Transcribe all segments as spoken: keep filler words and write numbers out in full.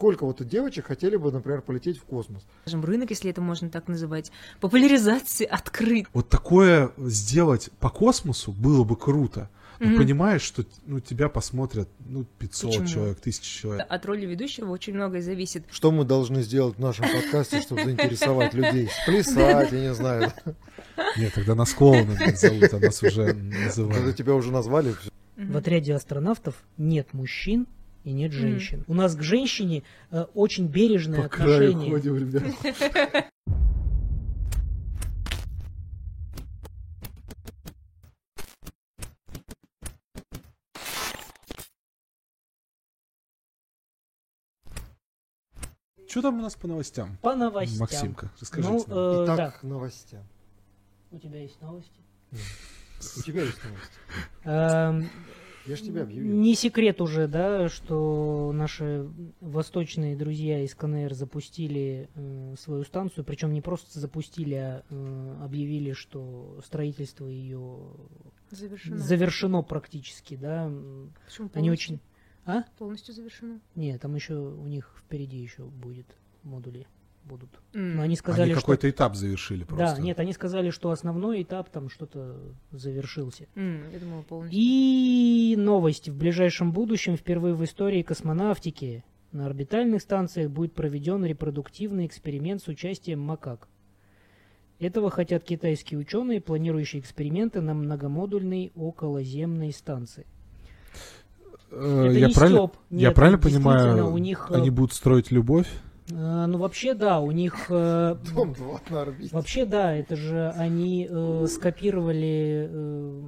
сколько вот девочек хотели бы, например, полететь в космос? Рынок, если это можно так называть, популяризации открыт. Вот такое сделать по космосу было бы круто. Но mm-hmm. понимаешь, что ну, тебя посмотрят ну, пятьсот Почему? Человек, тысяча человек. От роли ведущего очень многое зависит. Что мы должны сделать в нашем подкасте, чтобы заинтересовать людей? Плясать, я не знаю. Нет, тогда нас клоунами зовут, а нас уже называют. Когда тебя уже назвали. В отряде астронавтов нет мужчин и нет женщин. Mm. У нас к женщине э, очень бережное По отношение. По краю ходим, ребят. Что там у нас по новостям? По новостям. Максимка, расскажите ну, нам. Итак, да. к новостям. У тебя есть новости? Нет. У тебя есть новости. Я ж тебя объявил. Не секрет уже, да, что наши восточные друзья из КНР запустили э, свою станцию, причем не просто запустили, а э, объявили, что строительство ее завершено, завершено практически, да. Почему Они очень... А? Полностью завершено? Нет, там еще у них впереди еще будет модули. Будут. Mm. Но они сказали, они что... какой-то этап завершили просто. Да, нет, они сказали, что основной этап там что-то завершился. Mm, я думала, полностью. И новость. В ближайшем будущем впервые в истории космонавтики на орбитальных станциях будет проведен репродуктивный эксперимент с участием макак. Этого хотят китайские ученые, планирующие эксперименты на многомодульной околоземной станции. Это я правильно, Нет, я правильно понимаю, у них, они будут строить любовь? Э, ну, вообще, да, у них... Э, Дом два на орбите. Вообще, да, это же они э, скопировали э,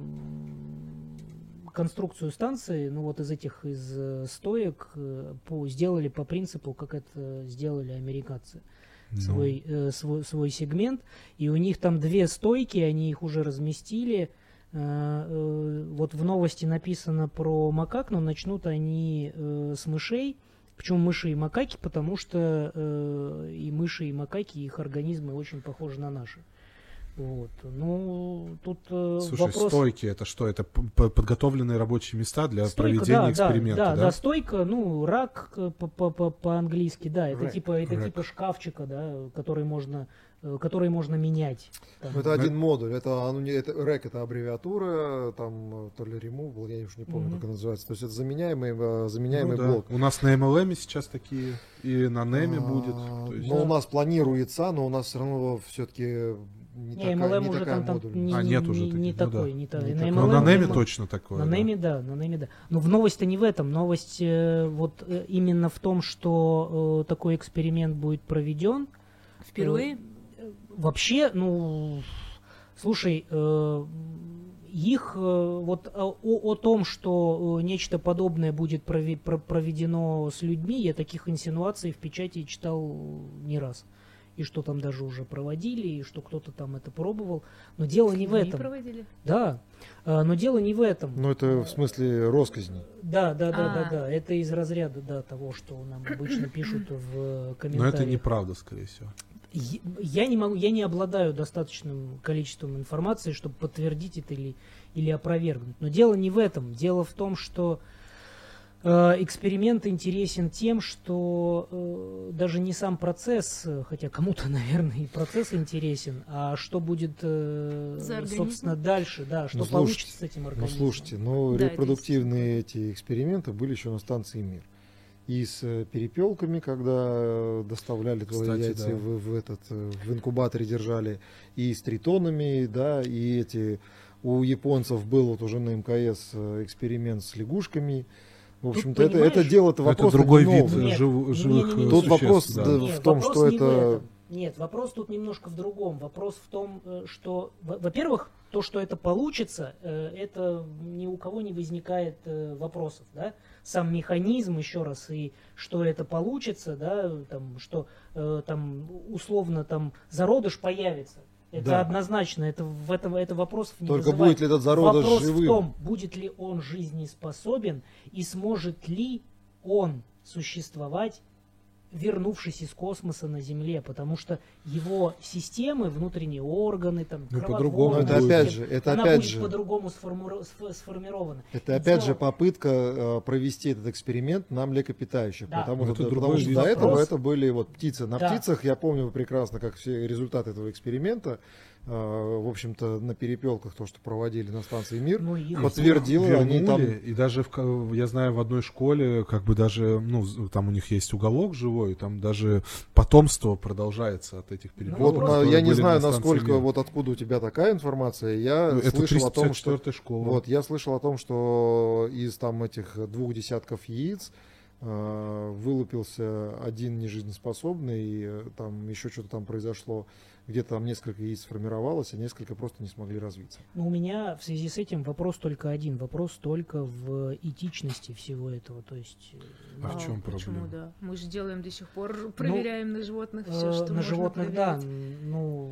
конструкцию станции, ну, вот из этих, из э, стоек, э, по, сделали по принципу, как это сделали американцы. No. Свой, э, свой, свой сегмент. И у них там две стойки, они их уже разместили. Э, э, вот в новости написано про макак, но начнут они э, с мышей. Почему мыши и макаки? Потому что э, и мыши, и макаки, их организмы очень похожи на наши. Вот. Ну, тут э, Слушай, вопрос... стойки, это что? Это подготовленные рабочие места для стойка, проведения да, эксперимента, да? Да, да, да, стойка, ну, рак по-английски, да, это Rack. типа это Rack. типа шкафчика, да, который можно, который можно менять. Там. Это один модуль, это, это рэк, это аббревиатура, там то ли removable, я уж не помню, mm-hmm. как это называется. То есть это заменяемый, заменяемый ну, блок. Да. У нас на эм эл эм сейчас такие, и на нэме а, будет. Есть... Но да. у нас планируется, но у нас все равно все-таки не, не, такая, не уже такая там, модуль. Не, а, нет уже не, таких, не ну, такой, да. не та, не на, так. эм эл эм, на нэме на, точно такое. На да. нэме, да, на нэме, да. Но в новость-то не в этом. Новость э, вот э, именно в том, что э, такой эксперимент будет проведен. Впервые? Э, вообще, ну, слушай, э, их э, вот о, о том, что э, нечто подобное будет прови- проведено с людьми, я таких инсинуаций в печати читал не раз. И что там даже уже проводили, и что кто-то там это пробовал. Но дело не в этом. Проводили? Да. А, но дело не в этом. Ну, это в смысле росказни. Да, да, да, А-а-а. да, да. Это из разряда, да, того, что нам обычно пишут в комментариях. Но это неправда, скорее всего. Я не могу, я не обладаю достаточным количеством информации, чтобы подтвердить это или, или опровергнуть. Но дело не в этом. Дело в том, что эксперимент интересен тем, что э, даже не сам процесс, хотя кому-то, наверное, и процесс интересен, а что будет, э, собственно, дальше, да, что ну, получится слушайте, с этим организмом. Ну, слушайте, ну, да, репродуктивные эти эксперименты были еще на станции «Мир». И с перепелками, когда доставляли твои Кстати, яйца да. в, в, этот, в инкубаторе держали, и с тритонами, да, и эти, у японцев был вот уже на эм ка эс эксперимент с лягушками. В общем-то, это, это дело-то вопрос. Это другой вид нет, жив, живых не, не, не, Тут существ, вопрос да. да, нет, в том, вопрос что не это... В этом. Нет, вопрос тут немножко в другом. Вопрос в том, что, во-первых, то, что это получится, это ни у кого не возникает вопросов, да? Сам механизм, еще раз, и что это получится, да, там, что там условно там зародыш появится. Это да. однозначно, это, в этом, это вопрос не Только вызывает. Будет ли этот зародыш вопрос живым? в том, будет ли он жизнеспособен и сможет ли он существовать вернувшись из космоса на Земле, потому что его системы, внутренние органы, там, ну, кровотворные, по-другому это будет. опять же, это она опять будет же, по-другому сформу- сформирована. это И опять дело- же попытка э, провести этот эксперимент на млекопитающих, Да. потому, Ну, что, это потому другой что вид. до этого Вопрос- это были вот птицы. На Да. птицах я помню прекрасно, как все результаты этого эксперимента, э, в общем-то, на перепелках, то, что проводили на станции «Мир», Ну, их- подтвердило, они там... Вернули, и даже в, ко- я знаю, в одной школе, как бы даже, ну, з- там у них есть уголок живой, там даже потомство продолжается от этих перепелок. Вот, Ну, на- которые я не были знаю, на станции насколько, «Мир». вот откуда у тебя такая информация. Я Ну, это слышал о том, триста пятьдесят что... четвёртая школа. Вот, я слышал о том, что из там этих двух десятков яиц э, вылупился один нежизнеспособный, и э, там еще что-то там произошло, где-то там несколько яиц сформировалось, а несколько просто не смогли развиться. Но у меня в связи с этим вопрос только один. Вопрос только в этичности всего этого. То есть, э, А в ну, чем Почему, проблема? да? Мы же делаем до сих пор, проверяем на животных все, э, что на можно животных, да. проверять. Ну,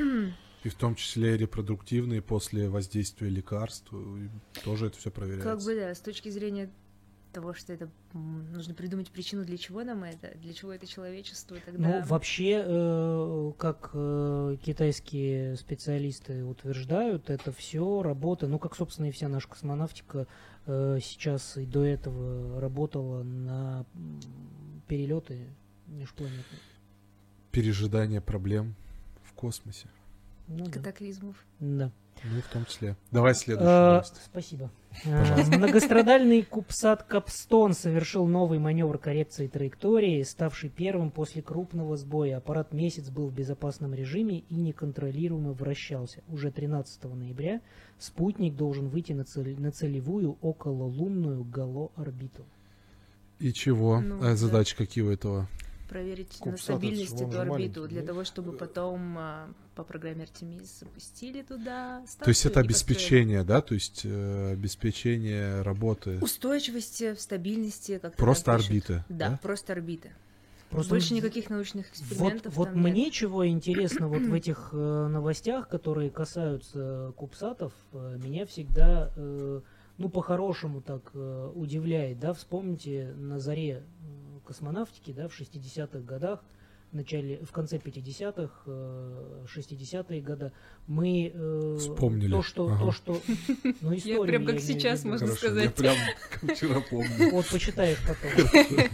И в том числе репродуктивные после воздействия лекарств. И тоже это все проверяется. Как бы, да, с точки зрения того, что это м, нужно придумать причину, для чего нам это, для чего это человечеству, тогда... ну вообще, э, как э, китайские специалисты утверждают, это все работа, ну как, собственно, и вся наша космонавтика э, сейчас и до этого работала на м, перелеты межпланетные. Пережидание проблем в космосе. Ну, да. Катаклизмов. Да. Ну и в том числе. Давай следующую А, новость. Спасибо. Пожалуйста. А, Многострадальный Кубсат Капстон совершил новый маневр коррекции траектории, ставший первым после крупного сбоя. Аппарат месяц был в безопасном режиме и неконтролируемо вращался. Уже тринадцатого ноября спутник должен выйти на, цель- на целевую окололунную галоорбиту. И чего? Ну, А да. задачи какие у этого? Проверить Кубсат, на это стабильность же он эту же орбиту, маленький, для да? того, чтобы потом а, по программе Артемис запустили туда То есть это станцию и построили. обеспечение, да? То есть э, обеспечение работы. Устойчивости, стабильности. Как Просто орбиты, Да, да? просто орбиты. Просто Больше м- никаких научных Вот, экспериментов вот там мне нет. чего интересно вот в этих э, новостях, которые касаются кубсатов, э, меня всегда, э, ну, по-хорошему так э, удивляет, да, вспомните на заре э, космонавтики, да, в шестидесятых годах, в начале, в конце пятидесятых, э, шестидесятые годы, мы э, Вспомнили. то, что, Ага. то, что, ну, историю прям как я имею в сейчас, виду. можно Хорошо, сказать. я прям как вчера помню. Вот, почитаешь потом.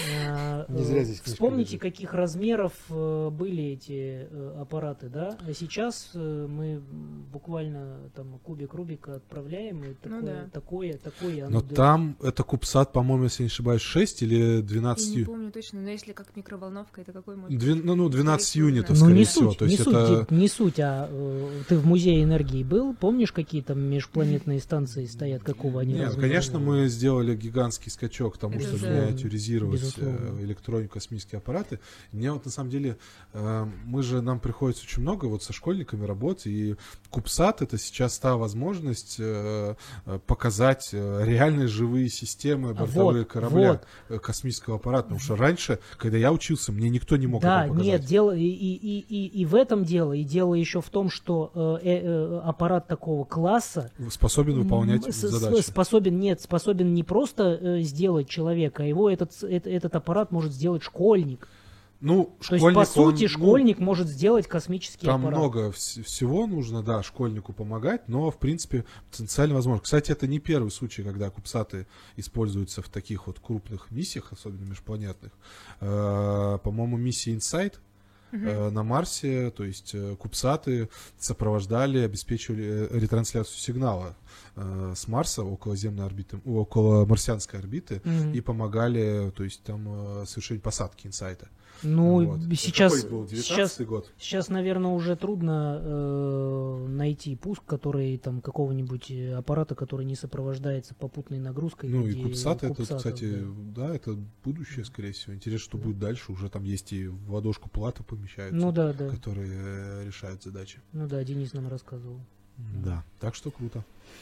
А, Не зря э, здесь книжка Вспомните, лежит. каких размеров э, были эти э, аппараты, да? А сейчас э, мы буквально там кубик Рубика отправляем, и Ну такое, да. такое, такое. Но оно да- там это Кубсат, по-моему, если не ошибаюсь, шесть или Я двенадцать не ю- помню точно, но если как микроволновка, это какой может Две- ну, ну, двенадцать Скорее всего, юнитов, да. Ну, скорее не всего. суть, То не есть суть, это... Ди- не суть, а э, ты в музее энергии был? Помнишь, какие там межпланетные станции стоят, какого они Нет, размера? конечно, мы сделали гигантский скачок к тому, Это чтобы да. миниатюризировать Безусловно. э, электронику, космические аппараты. Мне вот на самом деле, э, мы же, нам приходится очень много вот со школьниками работать, и Кубсат это сейчас та возможность э, э, показать э, реальные живые системы, бортовые Вот, корабля вот. э, космического аппарата. Потому что раньше, когда я учился, мне никто не мог Да, этого показать. нет, дело и, и, и, и, и в этом дело, и дело еще в том, что э, э, э, аппарат такого класса Способен выполнять м, с- с- задачи. способен, нет, способен не просто э, сделать человека, а его этот, с- это- этот аппарат может сделать школьник. Ну, То есть, школьник, по сути, он, ну, школьник может сделать космический Там аппарат. много вс- всего нужно, да, школьнику помогать, но, в принципе, потенциально возможно. Кстати, это не первый случай, когда кубсаты используются в таких вот крупных миссиях, особенно межпланетных. Э, По-моему, миссия Insight э, на Марсе, то есть э, кубсаты сопровождали, обеспечивали э, ретрансляцию сигнала э, с Марса околоземной орбиты, около марсианской орбиты Мгм. и помогали, то есть там э, совершить посадки Инсайта. Ну, Вот. сейчас, Какой был, сейчас, девятнадцатый год? сейчас, наверное, уже трудно э, найти пуск, который там какого-нибудь э, аппарата, который не сопровождается попутной нагрузкой. в Ну и виде кубсаты, это, кубсатов, кстати, да. да, это будущее, скорее всего. Интересно, что будет дальше. Уже там есть и в ладошку платы помещаются, Ну да, да. которые э, решают задачи. Ну да, Денис нам рассказывал. Да, так что круто.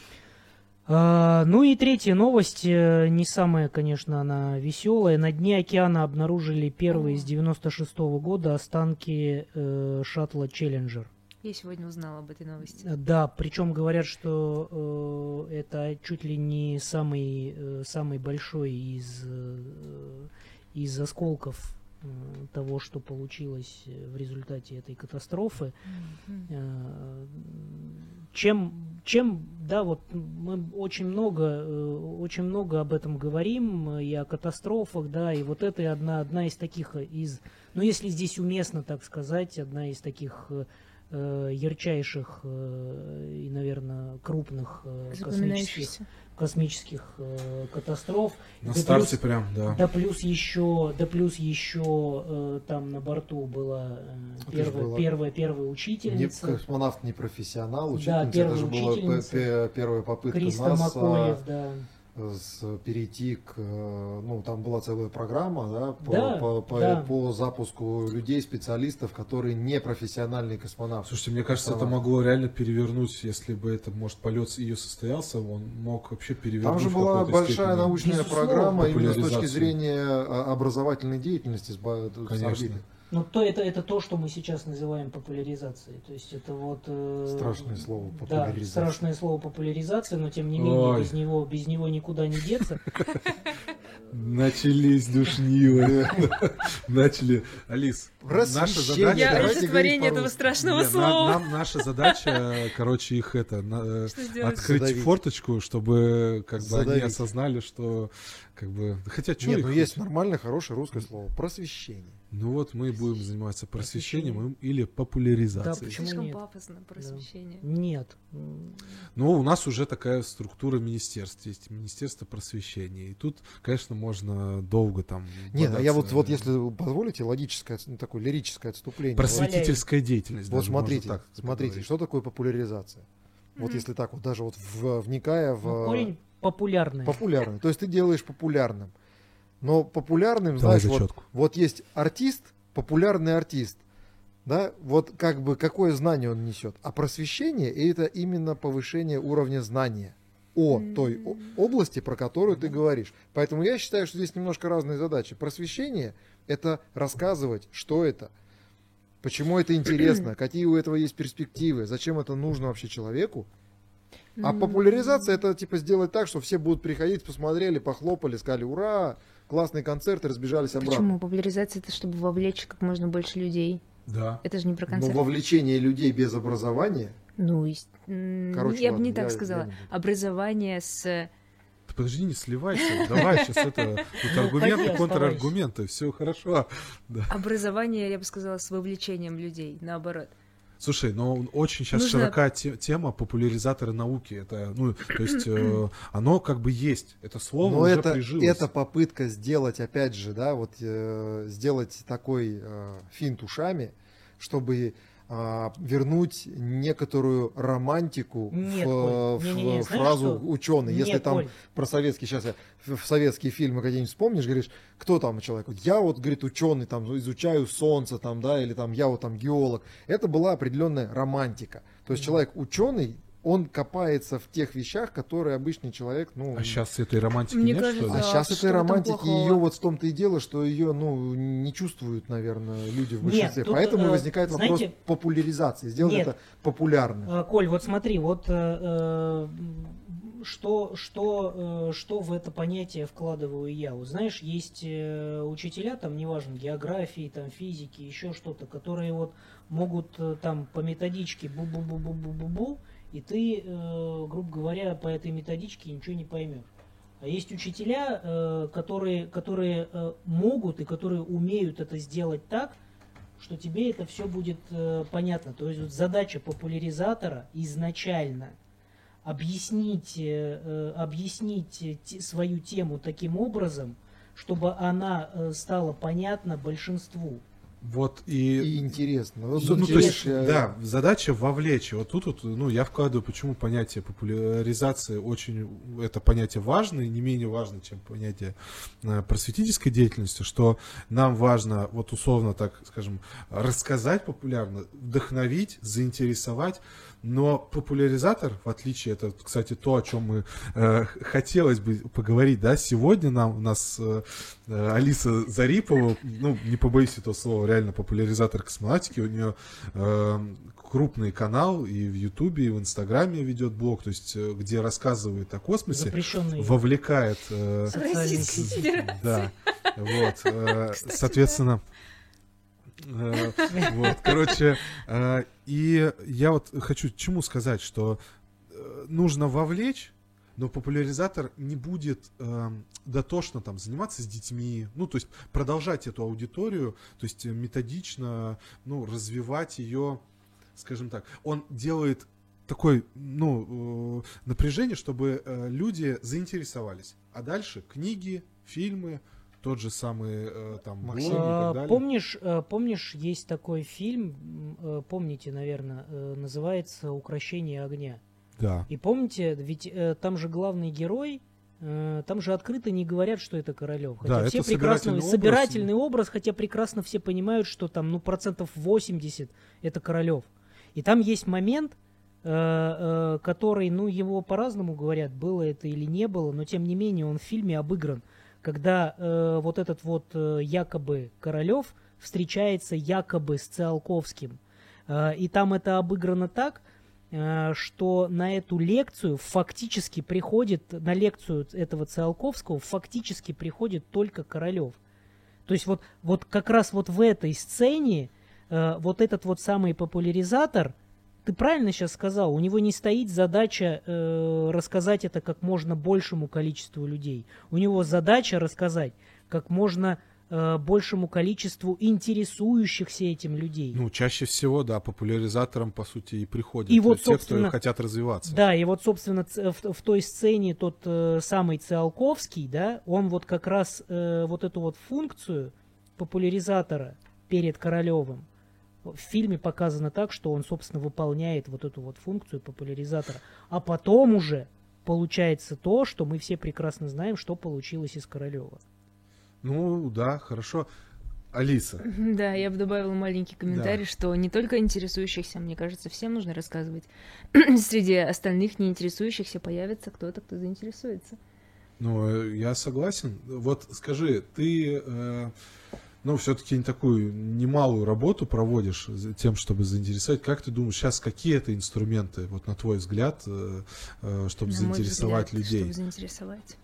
А, ну и третья новость, э, не самая, конечно, она веселая. На дне океана обнаружили первые с девяносто шестого года останки э, шаттла Челленджер. Я сегодня узнала об этой новости. Да, причем говорят, что э, это чуть ли не самый, э, самый большой из, э, из осколков того, что получилось в результате этой катастрофы. Mm-hmm. Чем, чем, да, вот мы очень много, очень много об этом говорим, и о катастрофах, да, и вот это одна, одна из таких, из, ну, если здесь уместно так сказать, одна из таких э, ярчайших э, и, наверное, крупных э, космических, космических э, катастроф. На да старте плюс, прям, да. Да плюс еще, да плюс еще э, там на борту была э, первая, была первая, первая учительница. Не, космонавт не профессионал, Да, учительница. первая Это же учительница. была первая попытка Криста НАСА Макоев, да. С, перейти к, ну, там была целая программа, да, по, да, по, по, да. по запуску людей, специалистов, которые не профессиональные космонавты. Слушайте, мне кажется, это могло реально перевернуть, если бы это, может, полет ее состоялся, он мог вообще перевернуть. Там же была большая научная Безусловно. программа именно с точки зрения образовательной деятельности с, с орбиты. Ну, то это, это то, что мы сейчас называем популяризацией. То есть это вот... Э, страшное слово популяризация. Да, страшное слово популяризация, но тем не менее без него, без него никуда не деться. Начались душнилы. Начали. Алис, наша задача... Я олицетворение этого страшного слова. Нам наша задача, короче, их это... Открыть форточку, чтобы как бы они осознали, что... Как бы, хотя, что Нет, их... ну есть нормальное, хорошее русское слово. Просвещение. Ну вот мы будем заниматься просвещением или популяризацией. Да, почему Слишком нет? пафосно, просвещение. Да. Нет. Ну, у нас уже такая структура министерств есть. Министерство просвещения. И тут, конечно, можно долго там... Нет, а я вот, вот, если вы позволите, логическое, такое лирическое отступление. Просветительская вот, деятельность. Вот смотрите, так смотрите, что такое популяризация? Mm-hmm. Вот если так вот, даже вот в, вникая в... Ну, корень популярный. Популярный. То есть ты делаешь популярным. Но популярным, Давай знаешь, вот, вот есть артист, популярный артист. Да, вот как бы какое знание он несет. А просвещение – это именно повышение уровня знания о mm-hmm. той о- области, про которую ты говоришь. Поэтому я считаю, что здесь немножко разные задачи. Просвещение – это рассказывать, что это, почему это интересно, какие у этого есть перспективы, зачем это нужно вообще человеку. А популяризация – это типа сделать так, что все будут приходить, посмотрели, похлопали, сказали «Ура!», классные концерты, разбежались обратно. Почему? Популяризация – это чтобы вовлечь как можно больше людей. Да. Это же не про концерт. Но вовлечение людей без образования… Ну, Короче, я бы не так я, сказала. Я Образование с… Ты подожди, не сливайся. Давай сейчас это… Тут аргументы, контраргументы, все хорошо. Образование, я бы сказала, с вовлечением людей, наоборот. Слушай, но очень сейчас Нужно... широка те, тема популяризаторы науки. Это, ну, то есть э, оно как бы есть. Это слово но уже это, прижилось. Это попытка сделать, опять же, да, вот э, сделать такой э, финт ушами, чтобы э, вернуть некоторую романтику Нет, в, Коль, в, не, не, не, в фразу знаешь, ученый. Если Нет, там Коль. Про советские, сейчас я в, в советские фильмы какие-нибудь вспомнишь, говоришь, кто там человек? Я вот, говорит, ученый, там, изучаю солнце, там, да, или там, я вот там геолог. Это была определенная романтика. То есть mm. человек ученый, он копается в тех вещах, которые обычный человек, ну... А сейчас этой романтики Мне нет, кажется, что ли? А сейчас этой романтики, ее вот в том-то и дело, что ее, ну, не чувствуют, наверное, люди в большинстве. Нет, тут, Поэтому э, возникает знаете, вопрос популяризации, сделать нет. это популярным. Коль, вот смотри, вот э, что, что, э, что в это понятие вкладываю я. Вот знаешь, есть э, учителя, там, неважно, географии, там, физики, еще что-то, которые вот могут э, там по методичке бу-бу-бу-бу-бу-бу-бу, и ты, э, грубо говоря, по этой методичке ничего не поймешь. А есть учителя, э, которые, которые э, могут и которые умеют это сделать так, что тебе это все будет э, понятно. То есть вот задача популяризатора изначально объяснить, э, объяснить те, свою тему таким образом, чтобы она э, стала понятна большинству. Вот и, и интересно. Вот, ну, интересно. То есть, я... Да, задача вовлечь. Вот тут вот, ну, я вкладываю, почему понятие популяризации очень, это понятие важное, не менее важно, чем понятие просветительской деятельности, что нам важно, вот условно так скажем, рассказать популярно, вдохновить, заинтересовать, Но популяризатор, в отличие, это, кстати, то, о чем мы э, хотелось бы поговорить, да, сегодня нам, у нас э, Алиса Зарипова, ну, не побоюсь этого слова, реально популяризатор космонавтики, у нее э, крупный канал и в Ютубе, и в Инстаграме ведет блог, то есть, где рассказывает о космосе, запрещенный, вовлекает... Э, да, вот, э, соответственно... Вот, короче, и я вот хочу чему сказать, что нужно вовлечь, но популяризатор не будет дотошно там заниматься с детьми, ну, то есть продолжать эту аудиторию, то есть методично, ну, развивать ее, скажем так. Он делает такое, ну, напряжение, чтобы люди заинтересовались. А дальше книги, фильмы, тот же самый э, там блоги и так далее. Помнишь, помнишь, есть такой фильм, помните, наверное, называется «Укрощение огня». Да. И помните, ведь там же главный герой, там же открыто не говорят, что это Королев. Хотя да, все это прекрасно, собирательный, собирательный образ. образ, хотя прекрасно все понимают, что там, ну, процентов восемьдесят это Королев. И там есть момент, который, ну, его по-разному говорят, было это или не было, но тем не менее он в фильме обыгран. Когда э, вот этот вот э, якобы Королев встречается якобы с Циолковским. Э, и там это обыграно так, э, что на эту лекцию фактически приходит, на лекцию этого Циолковского фактически приходит только Королев. То есть вот, вот как раз вот в этой сцене э, вот этот вот самый популяризатор, ты правильно сейчас сказал, у него не стоит задача э, рассказать это как можно большему количеству людей. У него задача рассказать как можно э, большему количеству интересующихся этим людей. Ну, чаще всего, да, популяризаторам, по сути, и приходят и вот, те, кто хотят развиваться. Да, и вот, собственно, в, в той сцене тот э, самый Циолковский, да, он вот как раз э, вот эту вот функцию популяризатора перед Королевым в фильме показано так, что он, собственно, выполняет вот эту вот функцию популяризатора. А потом уже получается то, что мы все прекрасно знаем, что получилось из Королева. Ну, да, хорошо. Алиса. Да, я бы добавила маленький комментарий, да. Что не только интересующихся, мне кажется, всем нужно рассказывать. Среди остальных неинтересующихся появится кто-то, кто заинтересуется. Ну, я согласен. Вот скажи, ты... Э... Ну, все-таки такую немалую работу проводишь тем, чтобы заинтересовать. Как ты думаешь, сейчас какие это инструменты, вот на твой взгляд, чтобы на заинтересовать взгляд, людей? Чтобы заинтересовать.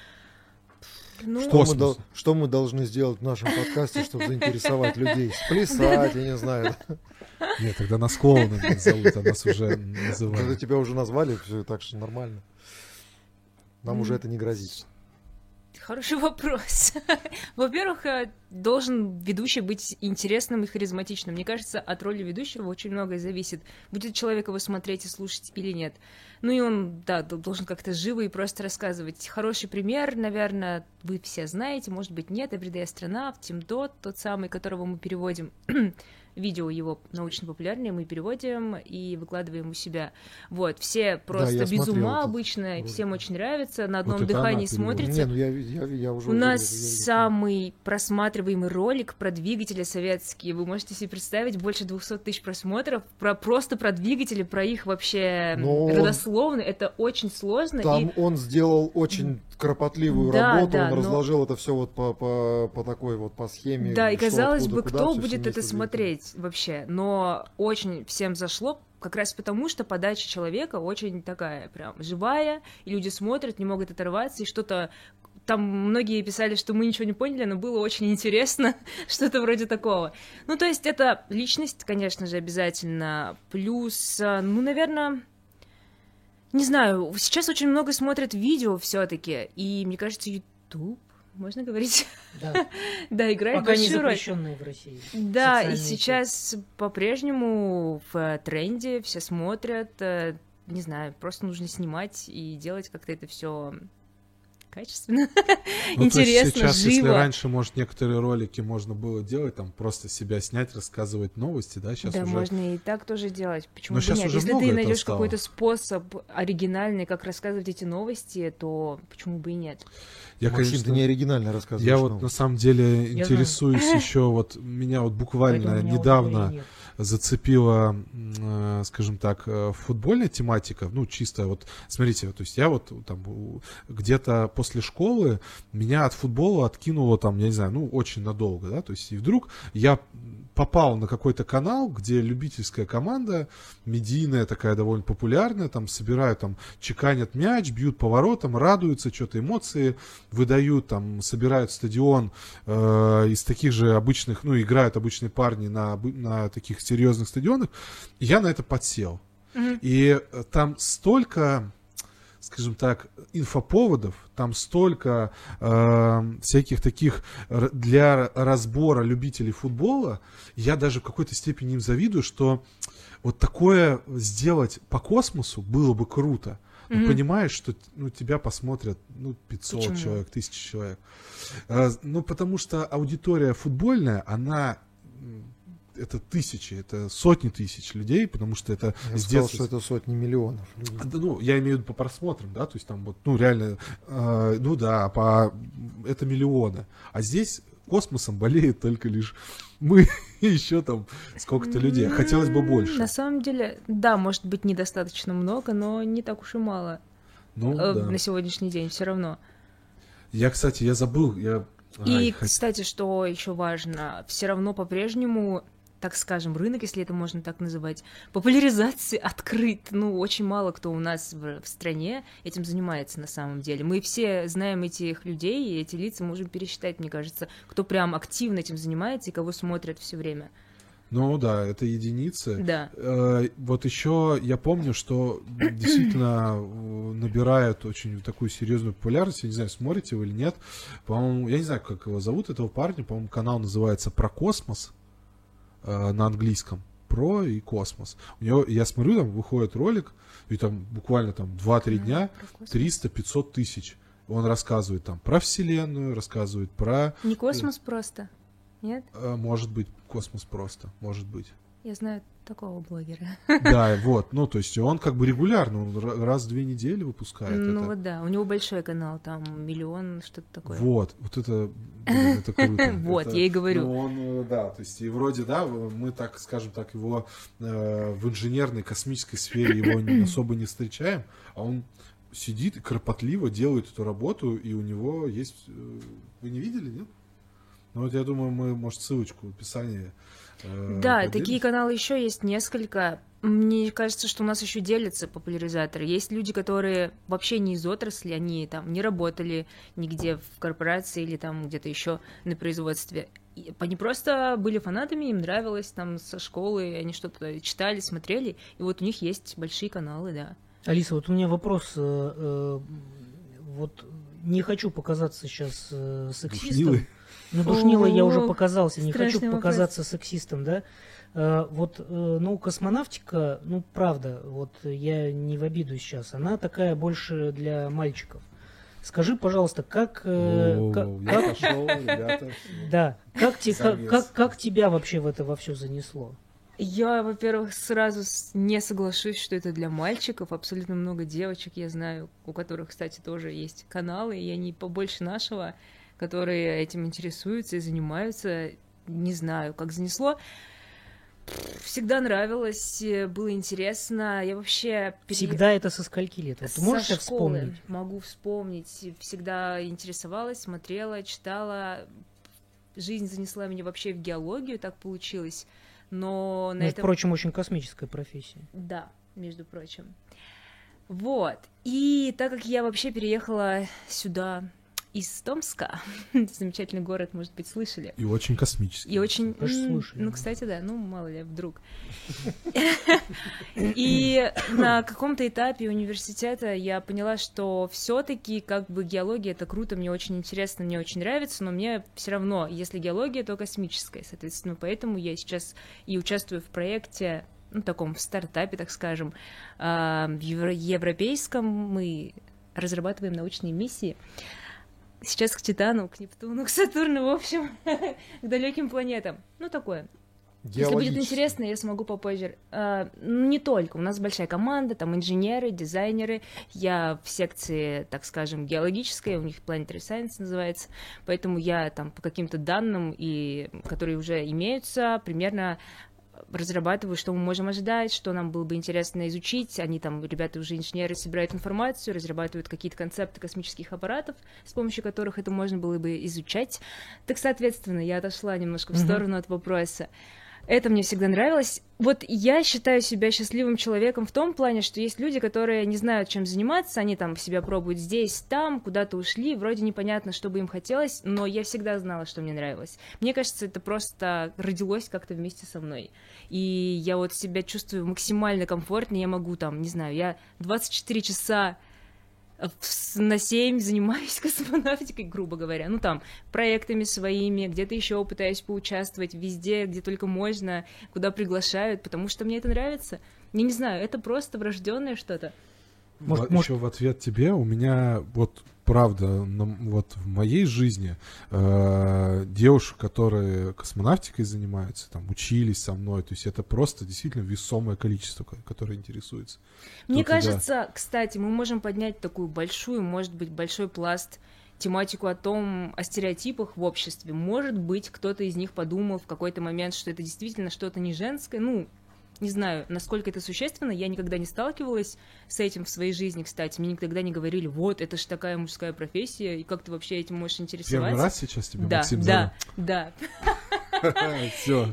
Ну, что, мы до... что мы должны сделать в нашем подкасте, чтобы заинтересовать людей? Сплясать, я не знаю. Нет, тогда нас клоунами зовут, а нас уже называют. Когда тебя уже назвали, все так что нормально. Нам mm. уже это не грозит. Хороший вопрос. Во-первых, должен ведущий быть интересным и харизматичным. Мне кажется, от роли ведущего очень многое зависит. Будет человек его смотреть и слушать или нет. Ну и он, да, должен как-то живо и просто рассказывать. Хороший пример, наверное, вы все знаете, может быть, нет. Everyday Astronaut, Тим Дот, тот самый, которого мы переводим... Видео его научно-популярные мы переводим и выкладываем у себя. Вот, все просто да, без ума обычно, вот. Всем очень нравится, на одном вот дыхании смотрится. Не, ну я, я, я уже у нас я, самый просматриваемый ролик про двигатели советские. Вы можете себе представить, больше двухсот тысяч просмотров про, просто про двигатели, про их вообще Но родословно. Это очень сложно. Там и... он сделал очень кропотливую да, работу, да, он но... разложил это все вот по, по, по такой вот по схеме. Да, и казалось откуда, бы, куда, кто все, будет все это смотреть вообще, но очень всем зашло, как раз потому, что подача человека очень такая прям живая, и люди смотрят, не могут оторваться, и что-то там многие писали, что мы ничего не поняли, но было очень интересно, что-то вроде такого. Ну, то есть это личность, конечно же, обязательно, плюс, ну, наверное... Не знаю, сейчас очень много смотрят видео все-таки, и мне кажется, YouTube, можно говорить? Да, да играет пока большую не роль. запрещенные в России. Да, и сейчас сети. По-прежнему в тренде все смотрят, не знаю, просто нужно снимать и делать как-то это все качественно, ну, интересно, сейчас, живо. Если раньше, может, некоторые ролики можно было делать, там просто себя снять, рассказывать новости, да, сейчас да, уже... можно и так тоже делать. Почему бы нет? Если ты найдешь какой-то способ оригинальный, как рассказывать эти новости, то почему бы и нет? Я, Максим, конечно, ты не оригинально рассказываешь. Я новости. Вот на самом деле интересуюсь еще, вот меня вот буквально недавно зацепила, скажем так, футбольная тематика, ну, чисто вот, смотрите, то есть я вот там где-то после школы меня от футбола откинуло там, я не знаю, ну, очень надолго, да, то есть и вдруг я попал на какой-то канал, где любительская команда, медийная такая довольно популярная, там собирают, там чеканят мяч, бьют по воротам, радуются, что-то эмоции выдают, там собирают стадион э, из таких же обычных, ну, играют обычные парни на, на таких серьезных стадионах. И я на это подсел. Mm-hmm. И там столько, скажем так, инфоповодов, там столько э, всяких таких для разбора любителей футбола, я даже в какой-то степени им завидую, что вот такое сделать по космосу было бы круто. Mm-hmm. Ну, понимаешь, что ну, тебя посмотрят ну, пятьсот Почему? Человек, тысяча человек. Э, ну, потому что аудитория футбольная, она... это тысячи, это сотни тысяч людей, потому что это... Я сказал, что это сотни миллионов людей. Ну, я имею в виду по просмотрам, да, то есть там вот, ну, реально, э, ну да, по... это миллионы. А здесь космосом болеет только лишь мы и еще там сколько-то людей. Хотелось бы больше. На самом деле, да, может быть, недостаточно много, но не так уж и мало. Ну, э, да. На сегодняшний день все равно. Я, кстати, я забыл, я... И, Ай, кстати, хот... что еще важно, все равно по-прежнему, так скажем, рынок, если это можно так называть, популяризации открыт. Ну, очень мало кто у нас в, в стране этим занимается на самом деле. Мы все знаем этих людей, и эти лица можем пересчитать, мне кажется, кто прям активно этим занимается и кого смотрят все время. Ну да, это единицы. Да. Э, вот еще я помню, что действительно набирают очень такую серьезную популярность. Я не знаю, смотрите вы или нет. По-моему, я не знаю, как его зовут, этого парня. По-моему, канал называется «Про космос» э, на английском. «Про» и «Космос». У него, я смотрю, там выходит ролик, и там буквально там два-три дня триста-пятьсот тысяч. Он рассказывает там про Вселенную, рассказывает про... Не космос просто. Нет? Может быть, космос просто, может быть. Я знаю такого блогера. Да, вот, ну, то есть он как бы регулярно, он раз в две недели выпускает ну, это. вот да, у него большой канал, там миллион, что-то такое. Вот, вот это, блин, это круто. Вот, это, я и говорю. Ну, он, да, то есть и вроде, да, мы так, скажем так, его э, в инженерной, космической сфере его не, особо не встречаем, а он сидит и кропотливо делает эту работу, и у него есть... Э, вы не видели, нет? Ну вот я думаю, мы, может, ссылочку в описании. Э, да, поделимся. Такие каналы еще есть несколько. Мне кажется, что у нас еще делятся популяризаторы. Есть люди, которые вообще не из отрасли, они там не работали нигде в корпорации или там где-то еще на производстве. И они просто были фанатами, им нравилось там со школы, они что-то читали, смотрели, и вот у них есть большие каналы, да. Алиса, вот у меня вопрос. Э, э, вот не хочу показаться сейчас э, сексистом. Душнилый. Ну, душнилой я уже показался, не Страшный хочу вопрос. показаться сексистом, да. А, вот, ну, космонавтика, ну, правда, вот я не в обиду сейчас, она такая больше для мальчиков. Скажи, пожалуйста, как... О, как, я как пошел, ребята. Да, как, те, как, как, как тебя вообще в это во все занесло? Я, во-первых, сразу не соглашусь, что это для мальчиков. Абсолютно много девочек, я знаю, у которых, кстати, тоже есть каналы, и они побольше нашего, которые этим интересуются и занимаются. Не знаю, как занесло. Всегда нравилось, было интересно. Я вообще... Пере... Всегда это со скольки лет? Вот ты можешь Со школы вспомнить? Могу вспомнить. Всегда интересовалась, смотрела, читала. Жизнь занесла меня вообще в геологию, так получилось. Но на Между этом... прочим, очень космическая профессия. Да, между прочим. Вот. И так как я вообще переехала сюда из Томска, замечательный город, может быть, слышали. И очень космический. И очень... Конечно, слышали. Ну, кстати, да, ну, мало ли, вдруг. И на каком-то этапе университета я поняла, что все-таки как бы геология — это круто, мне очень интересно, мне очень нравится, но мне все равно, если геология, то космическая, соответственно, поэтому я сейчас и участвую в проекте, ну, таком в стартапе, так скажем, в европейском. Мы разрабатываем научные миссии. Сейчас к Титану, к Нептуну, к Сатурну, в общем, к далеким планетам. Ну, такое. Если будет интересно, я смогу попозже. А, ну, не только. У нас большая команда, там инженеры, дизайнеры. Я в секции, так скажем, геологической, у них Planetary Science называется. Поэтому я там по каким-то данным, и, которые уже имеются, примерно разрабатываю, что мы можем ожидать, что нам было бы интересно изучить. Они там, ребята уже инженеры, собирают информацию, разрабатывают какие-то концепты космических аппаратов, с помощью которых это можно было бы изучать. Так, соответственно, я отошла немножко в сторону mm-hmm. от вопроса. Это мне всегда нравилось. Вот я считаю себя счастливым человеком в том плане, что есть люди, которые не знают, чем заниматься, они там себя пробуют здесь, там, куда-то ушли, вроде непонятно, что бы им хотелось, но я всегда знала, что мне нравилось. Мне кажется, это просто родилось как-то вместе со мной. И я вот себя чувствую максимально комфортно, я могу там, не знаю, я двадцать четыре часа на семь занимаюсь космонавтикой, грубо говоря, ну там, проектами своими, где-то еще пытаюсь поучаствовать, везде, где только можно, куда приглашают, потому что мне это нравится. Я не знаю, это просто врожденное что-то. Может, может... Еще в ответ тебе, у меня вот правда, на, вот в моей жизни э, девушек, которые космонавтикой занимаются, там, учились со мной, то есть это просто действительно весомое количество, которое интересуется. Мне Тут кажется, да... кстати, мы можем поднять такую большую, может быть, большой пласт тематику о том, о стереотипах в обществе. Может быть, кто-то из них подумал в какой-то момент, что это действительно что-то не женское, ну, не знаю, насколько это существенно, я никогда не сталкивалась с этим в своей жизни, кстати. Мне никогда не говорили, вот, это же такая мужская профессия, и как ты вообще этим можешь интересоваться. Первый раз сейчас тебе да, Максим Да, да, да. Все.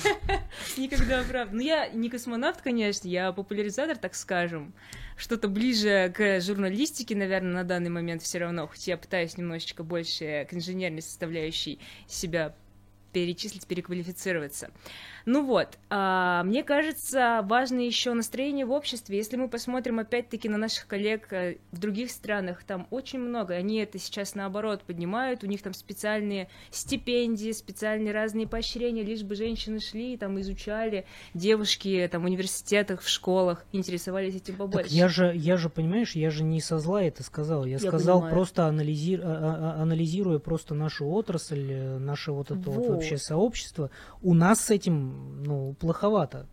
Никогда, правда. Ну, я не космонавт, конечно, я популяризатор, так скажем. Что-то ближе к журналистике, наверное, на данный момент все равно, хоть я пытаюсь немножечко больше к инженерной составляющей себя перечислить, переквалифицироваться. Ну вот, а, мне кажется, важно еще настроение в обществе. Если мы посмотрим опять-таки на наших коллег в других странах, там очень много, они это сейчас наоборот поднимают, у них там специальные стипендии, специальные разные поощрения, лишь бы женщины шли, там изучали, девушки там в университетах, в школах интересовались этим побольше. Так я же, я же, понимаешь, я же не со зла это сказал, я, я сказал понимаю. Просто анализи... анализируя просто нашу отрасль, наше вот это вот. Вот вообще сообщество, у нас с этим ну, плоховато.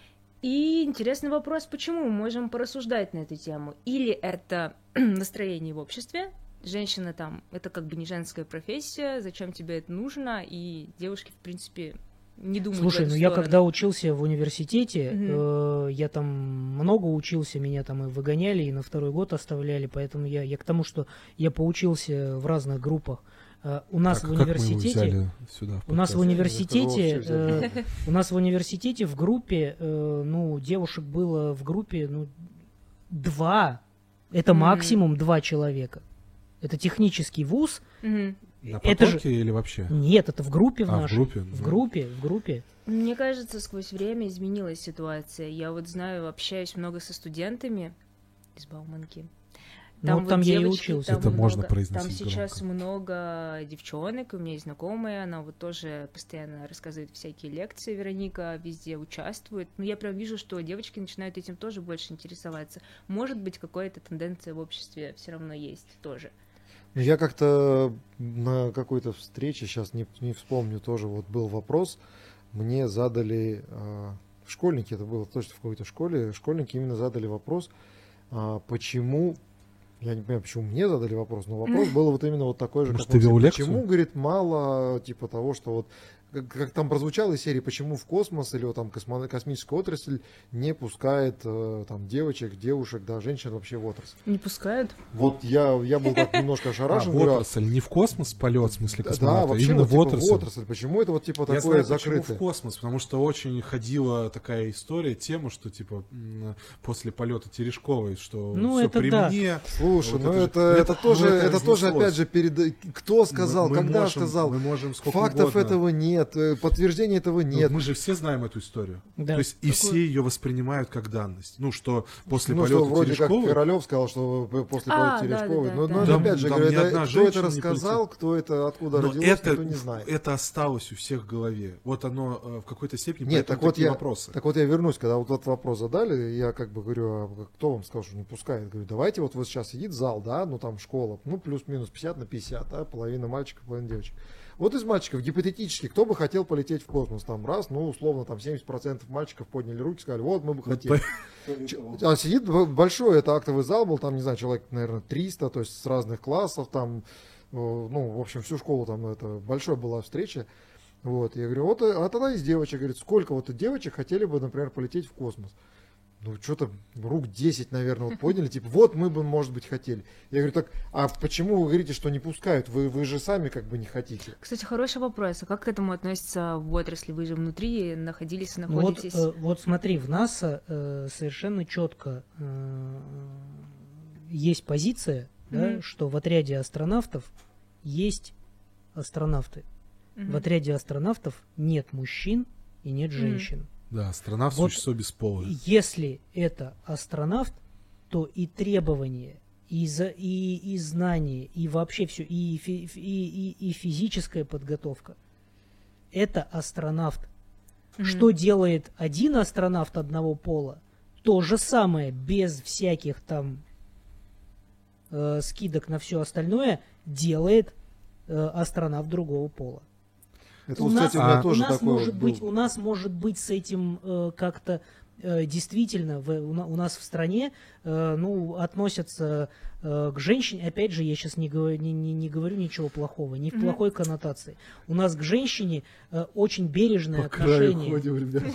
И интересный вопрос, почему мы можем порассуждать на эту тему? Или это настроение в обществе, женщина там, это как бы не женская профессия, зачем тебе это нужно, и девушки, в принципе, не думают. Слушай, в эту ну сторону. Я когда учился в университете, mm-hmm. э, я там много учился, меня там и выгоняли, и на второй год оставляли, поэтому я, я к тому, что я поучился в разных группах. У нас так, в университете, сюда, в у нас в университете, э, у нас в университете в группе, э, ну девушек было в группе, ну два, это mm-hmm. максимум два человека. Это технический вуз. Mm-hmm. На потоке это же... или вообще? Нет, это в группе в а, нашей. В группе, в да. группе, в группе. Мне кажется, сквозь время изменилась ситуация. Я вот знаю, общаюсь много со студентами из Бауманки. Там, ну, вот там девочки, я и учился. Там это много, можно произносить Там сейчас громко. много девчонок, у меня есть знакомая, она вот тоже постоянно рассказывает всякие лекции, Вероника везде участвует. Но я прям вижу, что девочки начинают этим тоже больше интересоваться. Может быть, какая-то тенденция в обществе все равно есть тоже. Я как-то на какой-то встрече, сейчас не, не вспомню, тоже вот был вопрос, мне задали, э, школьники, это было точно в какой-то школе, школьники именно задали вопрос, э, почему... Я не понимаю, почему мне задали вопрос, но вопрос был вот именно вот такой же, Может, как он, почему, говорит, мало типа того, что вот как, как там прозвучало из серии, почему в космос или вот там космо, космическая отрасль не пускает э, там девочек, девушек, да, женщин вообще в отрасль. Не пускают? Вот я, я был так немножко ошарашен. А, в отрасль, не в космос полет, в смысле космонавта, да, вообще именно вот, в отрасль. Типа, в отрасль. Почему это вот типа я такое знаю, закрытое? Почему в космос, потому что очень ходила такая история, тема, что типа после полета Терешковой, что ну, все это при да. мне. Слушай, вот ну это, это, это, это тоже, это, это тоже опять же перед кто сказал, мы, мы когда можем, сказал. Мы можем Фактов угодно. этого нет, подтверждения этого нет. Ну, мы же все знаем эту историю. Да. То есть и Какой... все ее воспринимают как данность. Ну, что после ну, полета что вроде Терешковой... как Королев сказал, что после а, полета Терешковой. да, да, но, да, но да. опять же, Там, говорю, там это, кто это рассказал, кто это, откуда но родилось, это, никто не знает. Это осталось у всех в голове. Вот оно э, в какой-то степени, Нет, так вот, такие я, вопросы. так вот я вернусь, когда вот этот вопрос задали, я как бы говорю, а кто вам сказал, что не пускает? Говорю, давайте вот вот сейчас сидит зал, да, ну там школа, ну плюс-минус пятьдесят на пятьдесят, да, половина мальчиков, половина девочек. Вот из мальчиков, гипотетически, кто бы хотел полететь в космос? Там раз, ну, условно, там семьдесят процентов мальчиков подняли руки, сказали, вот, мы бы хотели. А сидит большой, это актовый зал был, там, не знаю, человек, наверное, триста, то есть с разных классов, там, ну, в общем, всю школу, там, это большая была встреча. Вот, я говорю, вот, а тогда из девочек, говорит, сколько вот девочек хотели бы, например, полететь в космос? Ну, что-то рук десять, наверное, вот подняли, типа, вот мы бы, может быть, хотели. Я говорю, так, а почему вы говорите, что не пускают? Вы, вы же сами как бы не хотите. Кстати, хороший вопрос. А как к этому относится в отрасли? Вы же внутри находились и Вот, находитесь. э, вот смотри, в НАСА э, совершенно четко э, есть позиция, Мгм. да, что в отряде астронавтов есть астронавты. Мгм. В отряде астронавтов нет мужчин и нет Мгм. женщин. Да, астронавт Вот существо бесполое. Если это астронавт, то и требования, и, за, и, и знания, и вообще все, и, фи- и, и, и физическая подготовка – это астронавт. Мгм. Что делает один астронавт одного пола, то же самое, без всяких там э, скидок на все остальное, делает э, астронавт другого пола. Это, У вот, нас, кстати, у меня а, тоже у нас такое может вот быть, был. у нас может быть с этим э, как-то э, действительно в- у, на- у нас в стране э, ну относятся э, к женщине. Опять же, я сейчас не, говорю- не, не, не говорю ничего плохого, не в Мгм. плохой коннотации. У нас к женщине э, очень бережное По краю отношение, ходим, ребят.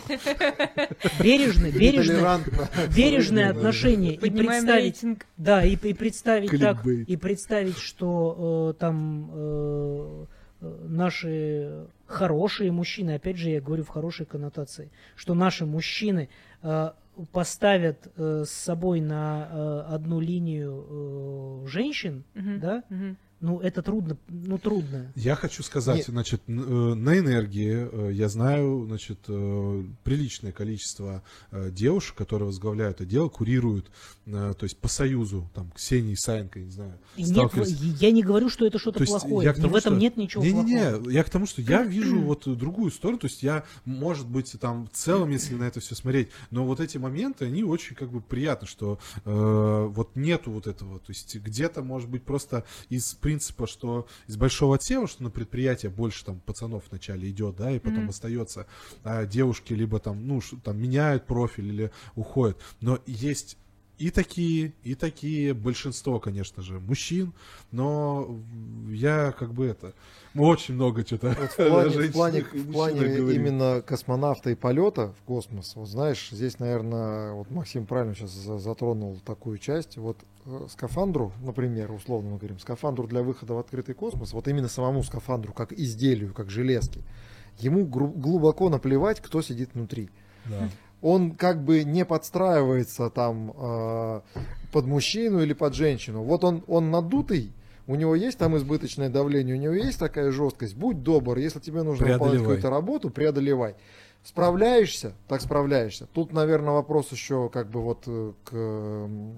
бережное, бережное, Толерантно. бережное Солидно, отношение и Поднимаем представить. рейтинг. Да, и, и представить так, Кликбейт. и представить, что э, там э, э, наши хорошие мужчины, опять же, я говорю в хорошей коннотации, что наши мужчины э, поставят э, с собой на э, одну линию э, женщин, Мгм. да, Мгм. ну это трудно, ну трудно. Я хочу сказать, Нет. значит, н- э, на энергии э, я знаю, значит, э, приличное количество э, девушек, которые возглавляют отдел, курируют, э, то есть по союзу, там, Ксении Саенко, не знаю, И нет, сталкивались. я не говорю, что это что-то То есть плохое, я к и тому, в этом что- нет ничего плохого. Не-не-не, я к тому, что я вижу вот другую сторону, то есть я, может быть, там в целом, если на это все смотреть, но вот эти моменты, они очень как бы приятны, что э, вот нету вот этого, то есть где-то, может быть, просто из принципа, что из большого отсева, что на предприятие больше там пацанов вначале идет, да, и потом Мгм. остается, а девушки либо там, ну, ш- там меняют профиль или уходят, но есть и такие, и такие, большинство, конечно же, мужчин, но я как бы это, мы очень много что-то Вот в плане, в женщинах плане, и в мужчинах плане говорим. именно космонавта и полета в космос, вот знаешь, здесь, наверное, вот Максим правильно сейчас за- затронул такую часть. Вот э, скафандру, например, условно мы говорим, скафандру для выхода в открытый космос, вот именно самому скафандру, как изделию, как железке, ему гру- глубоко наплевать, кто сидит внутри. Да. Он как бы не подстраивается там э, под мужчину или под женщину. Вот он, он надутый, у него есть там избыточное давление, у него есть такая жесткость. Будь добр, если тебе нужно выполнять Преодолевай. какую-то работу, преодолевай. Справляешься, так справляешься. Тут, наверное, вопрос еще как бы вот э, к, м,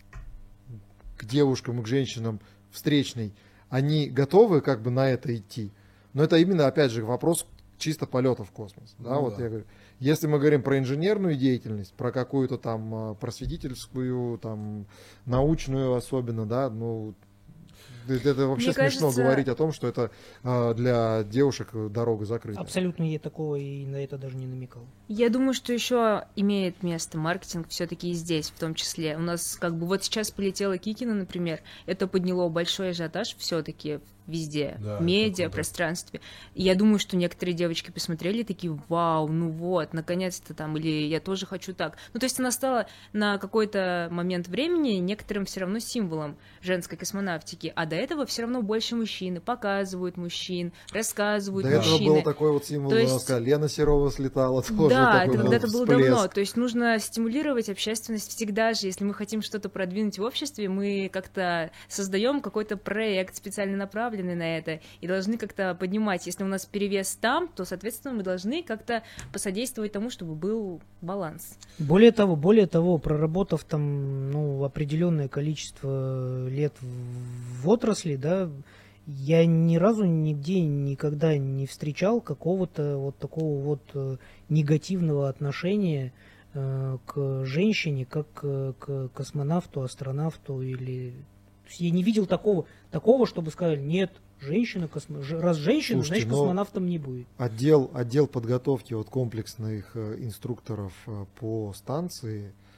к девушкам и к женщинам встречный. Они готовы как бы на это идти? Но это именно, опять же, вопрос чисто полета в космос. Да, Ну вот да. я говорю. Если мы говорим про инженерную деятельность, про какую-то там э, просветительскую, там научную особенно, да, ну это, это вообще Мне смешно кажется- говорить о том, что это э, для девушек дорога закрыта. Абсолютно я такого и на это даже не намекал. Я думаю, что еще имеет место маркетинг все-таки и здесь, в том числе. У нас как бы вот сейчас полетела Кикина, например, это подняло большой ажиотаж все-таки везде, Да, в медиа, это круто. пространстве. И я думаю, что некоторые девочки посмотрели такие, вау, ну вот, наконец-то там, или я тоже хочу так. Ну, то есть она стала на какой-то момент времени некоторым все равно символом женской космонавтики, а до этого все равно больше мужчины, показывают мужчин, рассказывают До этого мужчины. был такой вот символ, То у есть- нас сказали, Лена Серова слетала тоже. Да, такой это был когда-то было всплеск. давно. То есть нужно стимулировать общественность всегда же. Если мы хотим что-то продвинуть в обществе, мы как-то создаем какой-то проект специально направленный на это и должны как-то поднимать. Если у нас перевес там, то, соответственно, мы должны как-то посодействовать тому, чтобы был баланс. Более того, более того, проработав там ну, определенное количество лет в, в отрасли, да, я ни разу нигде никогда не встречал какого-то вот такого вот э, негативного отношения э, к женщине, как э, к космонавту, астронавту или... То есть я не видел такого, такого, чтобы сказали, нет, женщина, космо... ж- раз женщина, Слушайте, значит но- космонавтом не будет. Отдел, отдел подготовки вот комплексных э, инструкторов э, по станции,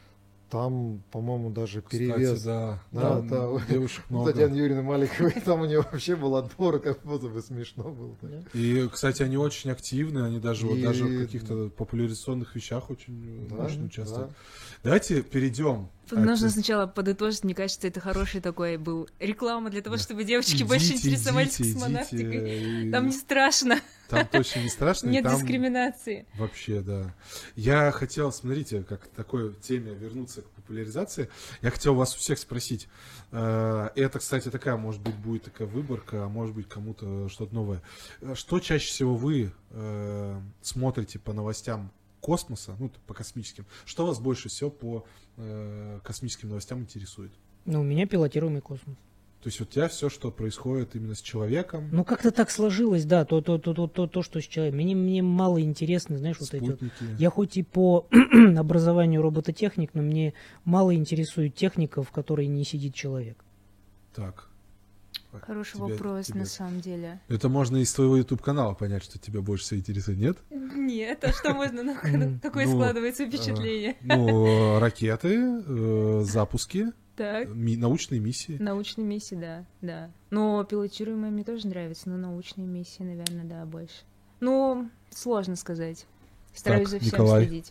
Там, по-моему, даже Кстати, перевес. да, Да, там да. девушек много. Татьяна Юрьевна Маликова, там у нее вообще был отбор, как будто бы смешно было. Да. И, кстати, они очень активны, они даже, вот, И- даже в каких-то популяризационных вещах очень, Да, очень участвуют. да. Давайте перейдем. Нужно А, сначала подытожить, мне кажется, это хороший такой был реклама для того, Да. чтобы девочки идите, больше интересовались идите, космонавтикой. идите, и Там не страшно, там точно не страшно. и нет там дискриминации. Вообще, да. Я хотел, смотрите, как к такой теме вернуться к популяризации. Я хотел вас у всех спросить. э, Это, кстати, такая, может быть, будет такая выборка, а может быть, кому-то что-то новое. Э, Что чаще всего вы э, смотрите по новостям космоса, ну, по космическим? Что вас больше всего по э, космическим новостям интересует? Ну, у меня пилотируемый космос. То есть у тебя все, что происходит именно с человеком, Ну, как-то так сложилось, да, то, то, то, то, то, то что с человеком. Мне, мне мало интересно, знаешь, вот эти вот. спутники. Я хоть и по образованию робототехник, но мне мало интересует техника, в которой не сидит человек. Так. Хороший Тебя- вопрос, тебя- на самом деле. Это можно из твоего YouTube-канала понять, что тебя больше всего интересует, нет? Нет, а что можно? Ну, М, какое ну, складывается впечатление? Ну, ракеты, э, запуски, Так, ми- научные миссии. научные миссии, да, да. Но пилотируемые мне тоже нравятся, но научные миссии, наверное, да, больше. Ну, сложно сказать. Стараюсь Так, за всем Николай. следить.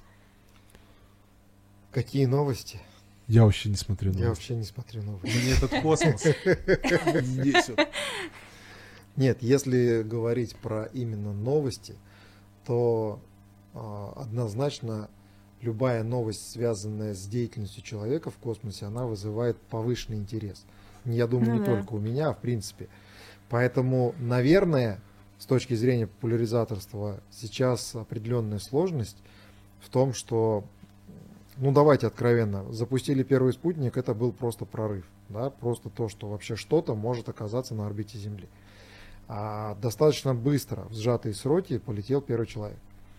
Какие новости? Я вообще не смотрю Я новости. вообще не смотрю новости. Мне этот космос. Здесь вот. Нет, если говорить про именно новости, то а, однозначно любая новость, связанная с деятельностью человека в космосе, она вызывает повышенный интерес. Я думаю, Ну не да. только у меня, а в принципе. Поэтому, наверное, с точки зрения популяризаторства, сейчас определенная сложность в том, что, ну давайте откровенно, запустили первый спутник, это был просто прорыв, да, просто то, что вообще что-то может оказаться на орбите Земли. А достаточно быстро, в сжатые сроки, полетел первый человек.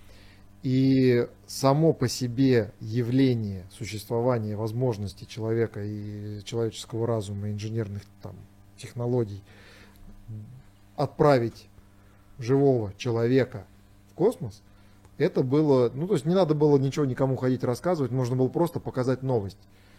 И само по себе явление существования возможностей человека и человеческого разума, инженерных там, технологий отправить живого человека в космос, это было, ну то есть не надо было ничего никому ходить рассказывать, нужно было просто показать новость.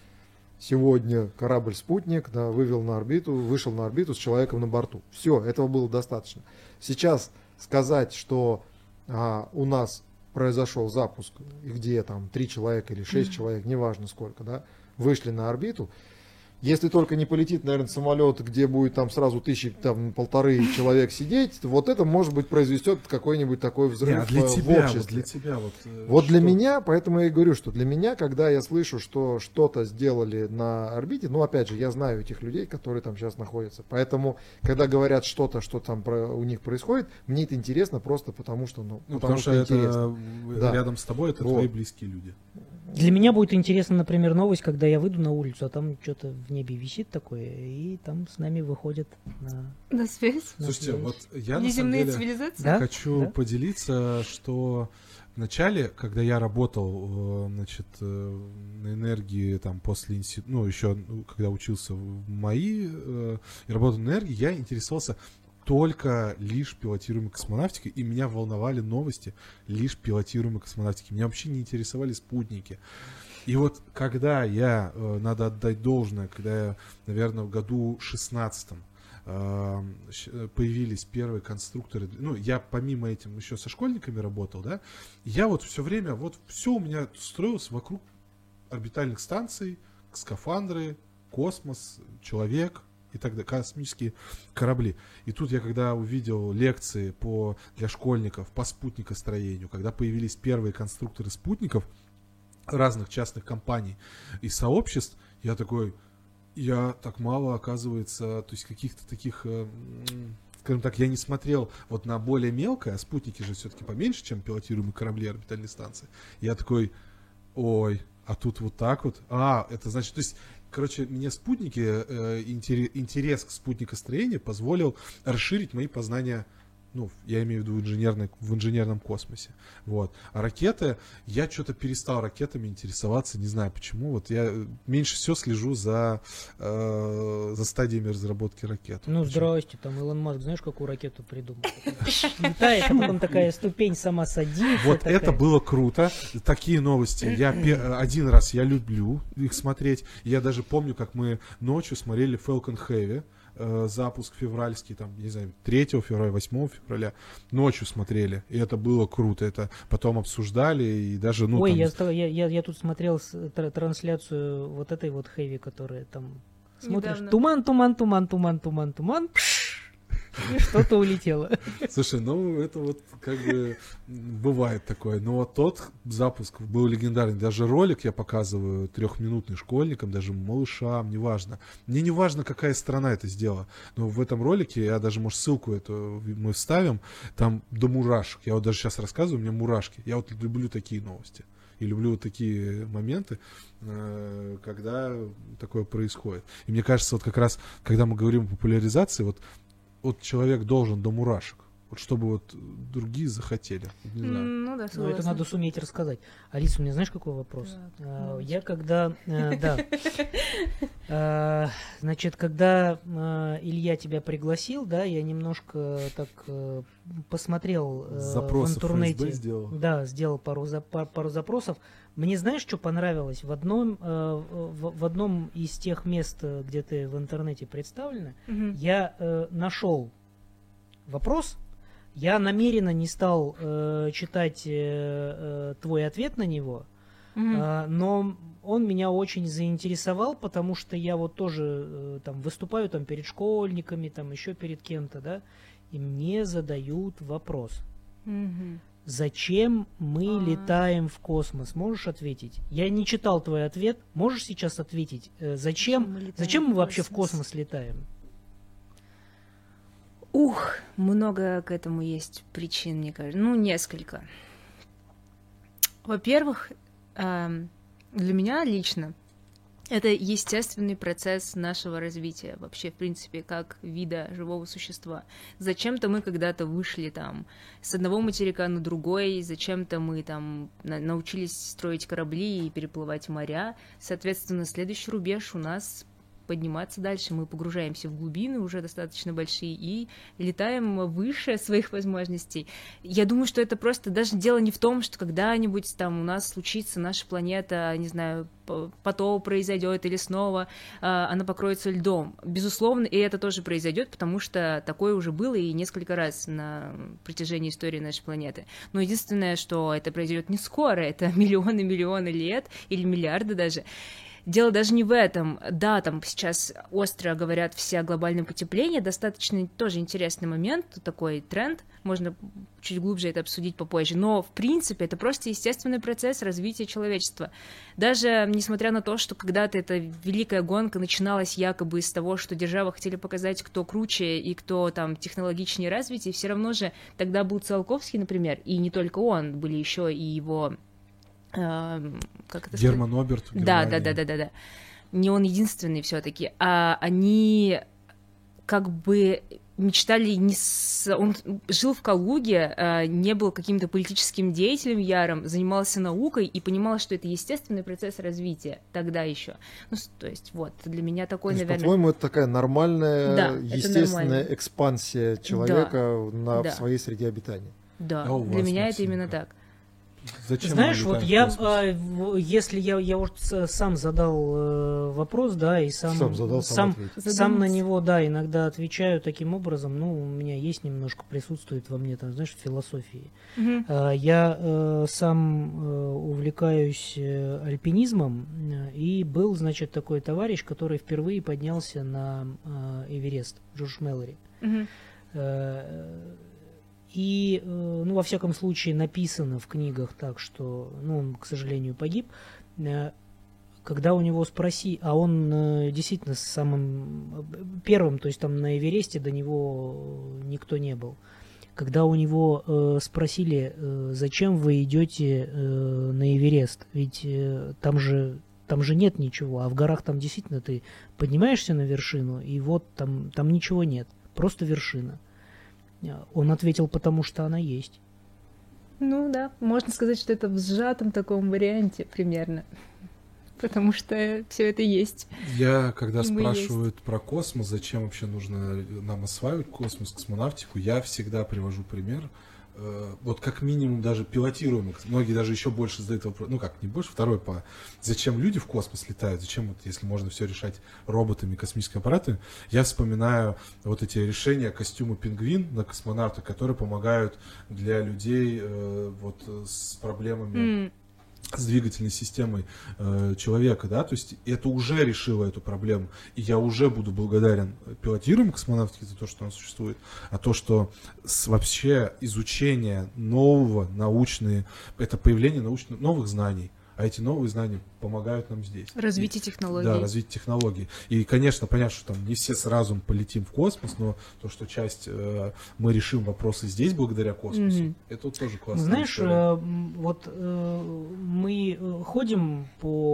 Сегодня корабль-спутник, да, вывел на орбиту, вышел на орбиту с человеком на борту. Все, этого было достаточно. Сейчас сказать, что а, у нас произошел запуск, и где там три человека или шесть человек, неважно сколько, да, вышли на орбиту. Если только не полетит, наверное, самолет, где будет там сразу тысячи, там полторы человек сидеть, вот это, может быть, произведет какой-нибудь такой взрыв Не, а для э, в тебя, вот обществе. для тебя вот. э, Вот для что? меня, поэтому я и говорю, что для меня, когда я слышу, что что-то сделали на орбите, ну, опять же, я знаю этих людей, которые там сейчас находятся. Поэтому, когда говорят что-то, что там про- у них происходит, мне это интересно просто потому, что, ну, Ну, потому, потому что, что, это интересно. э, Да. рядом с тобой это Вот. твои близкие люди. Для меня будет интересно, например, новость, когда я выйду на улицу, а там что-то в небе висит такое, и там с нами выходит на, На связь? на Слушайте, связь. вот я на самом Неземные деле цивилизации? Да? хочу Да. поделиться, что вначале, когда я работал, э, значит, э, на энергии, там, после института, ну, еще, ну, когда учился в МАИ, э, и работал на энергии, я интересовался только лишь пилотируемой космонавтикой, и меня волновали новости лишь пилотируемой космонавтики. Меня вообще не интересовали спутники. И вот когда я, э, надо отдать должное, когда я, наверное, в году шестнадцатом э, щ- появились первые конструкторы, ну, я помимо этим еще со школьниками работал, да, и я вот все время, вот все у меня строилось вокруг орбитальных станций, скафандры, космос, человек и так далее, космические корабли. И тут я, когда увидел лекции по, для школьников по спутникостроению, когда появились первые конструкторы спутников разных частных компаний и сообществ, я такой, я так мало, оказывается, то есть каких-то таких, э, м, скажем так, я не смотрел вот на более мелкое, а спутники же все-таки поменьше, чем пилотируемые корабли и орбитальные станции. Я такой, ой, а тут вот так вот, а, это значит, то есть, короче, мне спутники, э, интерес, интерес к спутникостроению позволил расширить мои познания Ну, я имею в виду инженерной, в инженерном космосе. Вот. А ракеты, я что-то перестал ракетами интересоваться, не знаю почему. Вот я меньше всего слежу за, э, за стадиями разработки ракет. Ну, здрасте, там Илон Маск, знаешь, какую ракету придумал? Летает, а потом такая ступень сама садится. Вот это было круто. Такие новости. Я один раз я люблю их смотреть. Я даже помню, как мы ночью смотрели Falcon Heavy. Запуск февральский, там, не знаю, третьего февраля, восьмого февраля, ночью смотрели, и это было круто, это потом обсуждали, и даже, ну, Ой, там... я, стал, я, я, я тут смотрел трансляцию вот этой вот Хэви, которая там, смотришь, недавно. туман, туман, туман, туман, туман, туман, и что-то улетело. Слушай, ну, это вот как бы бывает такое, но вот тот запуск был легендарный, даже ролик я показываю трехминутный школьникам, даже малышам, неважно. Мне не важно, какая страна это сделала, но в этом ролике, я даже, может, ссылку эту мы вставим, там до мурашек, я вот даже сейчас рассказываю, у меня мурашки, я вот люблю такие новости. И люблю вот такие моменты, когда такое происходит. И мне кажется, вот как раз, когда мы говорим о популяризации, вот, вот человек должен до мурашек, вот чтобы вот другие захотели. Не знаю. Ну да, Но это надо суметь рассказать. Алиса, у меня знаешь, какой вопрос? Да, а, я когда... А, да. А, значит, когда а, Илья тебя пригласил, да, я немножко так а, посмотрел а, Запросов в интернете. эф эс бэ сделал. Да, сделал пару, за, пару, пару запросов. Мне знаешь, что понравилось? В одном, а, в, в одном из тех мест, где ты в интернете представлена, Угу. я а, нашел вопрос. Я намеренно не стал э, читать э, э, твой ответ на него, Угу. э, но он меня очень заинтересовал, потому что я вот тоже э, там выступаю там перед школьниками, там еще перед кем-то, да, и мне задают вопрос: Угу. зачем мы А. летаем в космос? Можешь ответить? Я не читал твой ответ. Можешь сейчас ответить? Э, зачем? Зачем мы летаем Зачем мы в вообще в космос? космос летаем? Ух, много к этому есть причин, мне кажется. Ну, несколько. Во-первых, эм, для меня лично это естественный процесс нашего развития, вообще, в принципе, как вида живого существа. Зачем-то мы когда-то вышли там с одного материка на другой, зачем-то мы там на- научились строить корабли и переплывать моря. Соответственно, следующий рубеж у нас подниматься дальше, мы погружаемся в глубины уже достаточно большие и летаем выше своих возможностей. Я думаю, что это просто даже дело не в том, что когда-нибудь там у нас случится наша планета, не знаю, п- потоп произойдет или снова а, она покроется льдом. Безусловно, и это тоже произойдет, потому что такое уже было и несколько раз на протяжении истории нашей планеты. Но единственное, что это произойдет не скоро, это миллионы-миллионы лет или миллиарды даже. Дело даже не в этом. Да, там сейчас остро говорят все о глобальном потеплении, достаточно тоже интересный момент, такой тренд, можно чуть глубже это обсудить попозже, но в принципе это просто естественный процесс развития человечества. Даже несмотря на то, что когда-то эта великая гонка начиналась якобы из того, что державы хотели показать, кто круче и кто там технологичнее развития, все равно же тогда был Циолковский, например, и не только он, были еще и его... Как это Герман Оберт. Да, да, да, да, да, да. Не он единственный все-таки, а они как бы мечтали не с... Он жил в Калуге, не был каким-то политическим деятелем ярым, занимался наукой и понимал, что это естественный процесс развития тогда еще. Ну, то есть, вот, для меня такой, То есть, наверное... по-твоему, это такая нормальная, Да, естественная нормально. экспансия человека на, да. в своей среде обитания? Да, А у для вас, меня это Максим, именно как? так. Зачем Знаешь, мы вот летаем в я, космос? а, в- если я, я вот с- сам задал э, вопрос, да, и сам, Сам задал, сам сам, ответил. сам на Задумался. него, да, иногда отвечаю таким образом, ну, у меня есть немножко, присутствует во мне, там, знаешь, философии. Мгм. А, Я э, сам э, увлекаюсь э, альпинизмом, э, и был, значит, такой товарищ, который впервые поднялся на э, Эверест, Джордж Мэлори. Мгм. Э, И, э, ну, во всяком случае, написано в книгах так, что, ну, он, к сожалению, погиб. Э, Когда у него спроси, а он э, действительно самым э, первым, то есть там на Эвересте до него никто не был. Когда у него э, спросили, э, зачем вы идете э, на Эверест, ведь э, там же там же нет ничего, а в горах там действительно ты поднимаешься на вершину, и вот там, там ничего нет, просто вершина. Он ответил, потому что она есть. Ну да, можно сказать, что это в сжатом таком варианте примерно. Потому что все это есть. Я, когда И мы спрашивают про космос, зачем вообще нужно нам осваивать космос, космонавтику, я всегда привожу пример. Э, вот как минимум даже пилотируемых, многие даже еще больше задают вопрос, ну как, не больше, второй по, зачем люди в космос летают, зачем, вот, если можно все решать роботами, космическими аппаратами, я вспоминаю вот эти решения костюма пингвин на космонавта, которые помогают для людей э, вот с проблемами... Mm. с двигательной системой э, человека, да, то есть это уже решило эту проблему, и я уже буду благодарен пилотируемой космонавтике за то, что она существует, а то, что с, вообще изучение нового, научные, это появление научных, новых знаний, а эти новые знания помогают нам здесь. Развитие технологий. Да, развитие технологий. И, конечно, понятно, что там не все сразу полетим в космос, но то, что часть э, мы решим вопросы здесь благодаря космосу, mm-hmm. это вот тоже классно. Знаешь, э, вот э, мы ходим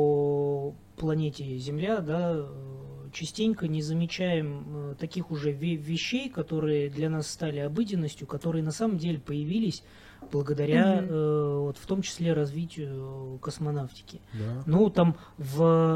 по планете Земля, да, частенько не замечаем э, таких уже вещей, которые для нас стали обыденностью, которые на самом деле появились благодаря, mm-hmm. э, вот, в том числе, развитию космонавтики. Да. Ну, там в,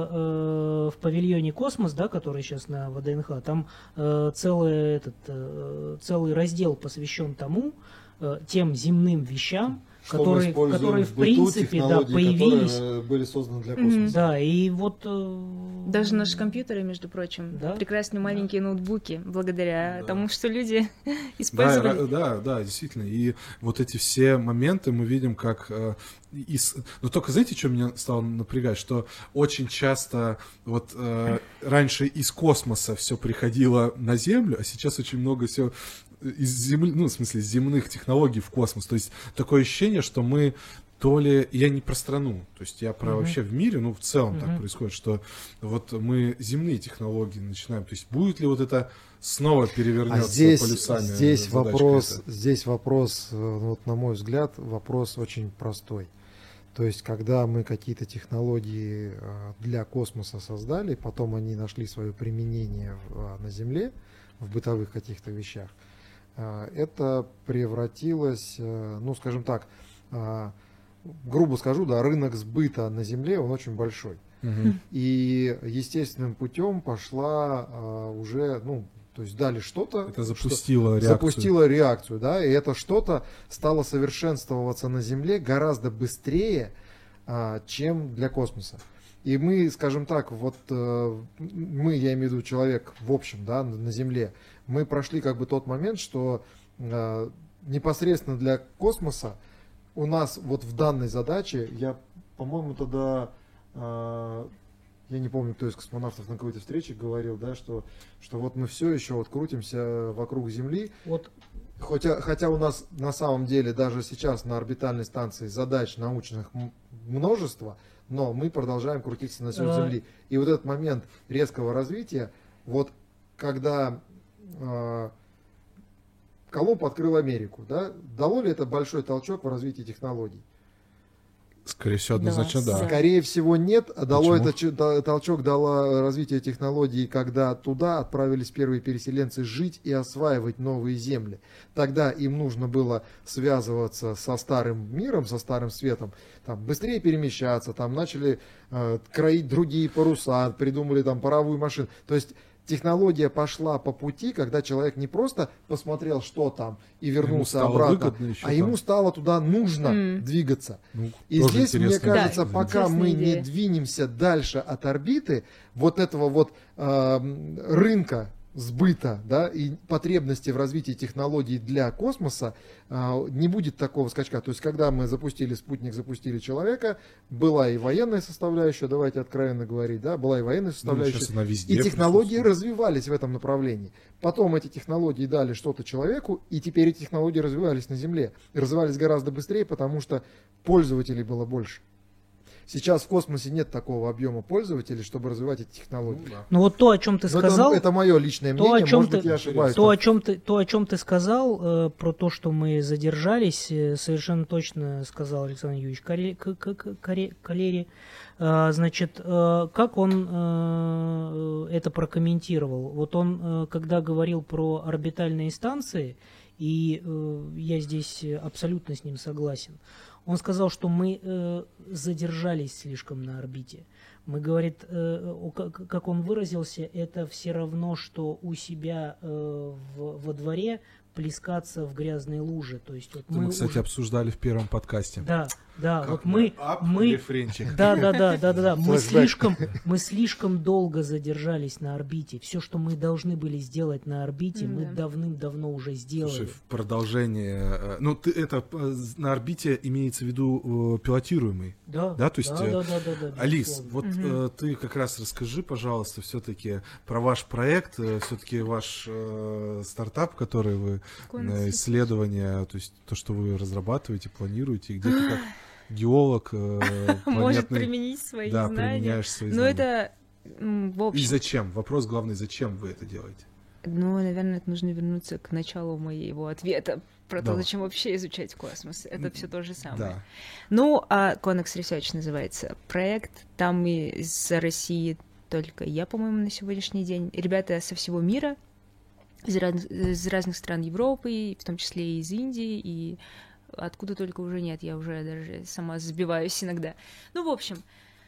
э, в павильоне «Космос», да, который сейчас на ВДНХ, там э, целый, этот, э, целый раздел посвящен тому, э, тем земным вещам, что которые, которые в, в принципе да, появились. Были созданы для космоса. Mm-hmm. Да, и вот... Э, Даже наши компьютеры, между прочим, да? прекрасные маленькие да. ноутбуки, благодаря да. тому, что люди использовали. Да, да, да, действительно. И вот эти все моменты мы видим, как... Э, из... Но только знаете, что меня стало напрягать? Что очень часто вот э, раньше из космоса все приходило на Землю, а сейчас очень много всего... из земли, ну, в смысле, земных технологий в космос. То есть такое ощущение, что мы то ли... Я не про страну, то есть я про uh-huh. вообще в мире, ну, в целом uh-huh. так происходит, что вот мы земные технологии начинаем. То есть будет ли вот это снова перевернется а здесь, полюсами? Здесь вопрос, здесь вопрос, вот, на мой взгляд, вопрос очень простой. То есть, когда мы какие-то технологии для космоса создали, потом они нашли свое применение в, на Земле, в бытовых каких-то вещах, это превратилось, ну, скажем так, грубо скажу, да, рынок сбыта на Земле, он очень большой. Угу. И естественным путем пошла уже, ну, то есть дали что-то. Это запустило что, реакцию. Запустило реакцию, да, и это что-то стало совершенствоваться на Земле гораздо быстрее, чем для космоса. И мы, скажем так, вот мы, я имею в виду человек в общем, да, на Земле, мы прошли как бы тот момент, что э, непосредственно для космоса у нас вот в данной задаче, я, по-моему, тогда, э, я не помню, кто из космонавтов на какой-то встрече говорил, да, что, что вот мы все еще вот крутимся вокруг Земли. Вот. Хотя, хотя у нас на самом деле даже сейчас на орбитальной станции задач научных множество, но мы продолжаем крутиться на всей Земле. И вот этот момент резкого развития, вот когда э, Колумб открыл Америку, да, дало ли это большой толчок в развитии технологий? Скорее всего, однозначно, да. да. Скорее всего, нет. А дало это, толчок дало развитие технологий, когда туда отправились первые переселенцы жить и осваивать новые земли. Тогда им нужно было связываться со старым миром, со старым светом, там, быстрее перемещаться, там, начали э, кроить другие паруса, придумали там паровую машину. То есть технология пошла по пути, когда человек не просто посмотрел, что там, и вернулся обратно, а ему там стало туда нужно mm. двигаться. Ну, и здесь, мне кажется, да, пока мы идея. не двинемся дальше от орбиты, вот этого вот э, рынка сбыта, да, и потребности в развитии технологий для космоса, э, не будет такого скачка. То есть, когда мы запустили спутник, запустили человека, была и военная составляющая, давайте откровенно говорить, да, была и военная составляющая, ну, и технологии развивались в этом направлении. Потом эти технологии дали что-то человеку, и теперь эти технологии развивались на Земле. И развивались гораздо быстрее, потому что пользователей было больше. Сейчас в космосе нет такого объема пользователей, чтобы развивать эти технологии. Ну, да. Ну вот то, о чем ты сказал, это, это мое личное мнение, то, о чем может ты, быть, я ошибаюсь. То, о чем ты, то, о чем ты сказал, э, про то, что мы задержались, э, совершенно точно сказал Александр Юрьевич Калери. Э, значит, э, как он э, это прокомментировал? Вот он, э, когда говорил про орбитальные станции И э, я здесь абсолютно с ним согласен. Он сказал, что мы э, задержались слишком на орбите. Мы, говорит, э, как, как он выразился, это все равно, что у себя э, в, во дворе плескаться в грязные лужи. То есть, вот мы, мы, кстати, уже... обсуждали в первом подкасте. Да, да, как вот мы, ап, мы, да, да, да, да, да, да, мы Флэшбэк. слишком, мы слишком долго задержались на орбите. Все, что мы должны были сделать на орбите, мы Да. давным-давно уже сделали. Слушай, в продолжение, э, ну ты это э, на орбите имеется в виду э, пилотируемый, Да, да, то есть, да, э, да, да, да, да, Алис, безусловно. вот э, ты как раз расскажи, пожалуйста, все-таки про ваш проект, э, все-таки ваш э, стартап, который вы э, исследования, то есть то, что вы разрабатываете, планируете, и где ты как геолог э, Может планетный, применить свои да, знания. применяешь свои Ну, знания. это, м, в И общем, зачем? Вопрос главный, зачем вы это делаете? ну, наверное, это нужно вернуться к началу моего ответа про то, Давай. зачем вообще изучать космос. Это все то же самое. Да. Ну, а Connex Research называется проект. Там из России только я, по-моему, на сегодняшний день. Ребята со всего мира, из, раз... из разных стран Европы, в том числе и из Индии, и откуда только уже нет. Я уже даже сама сбиваюсь иногда. Ну, в общем,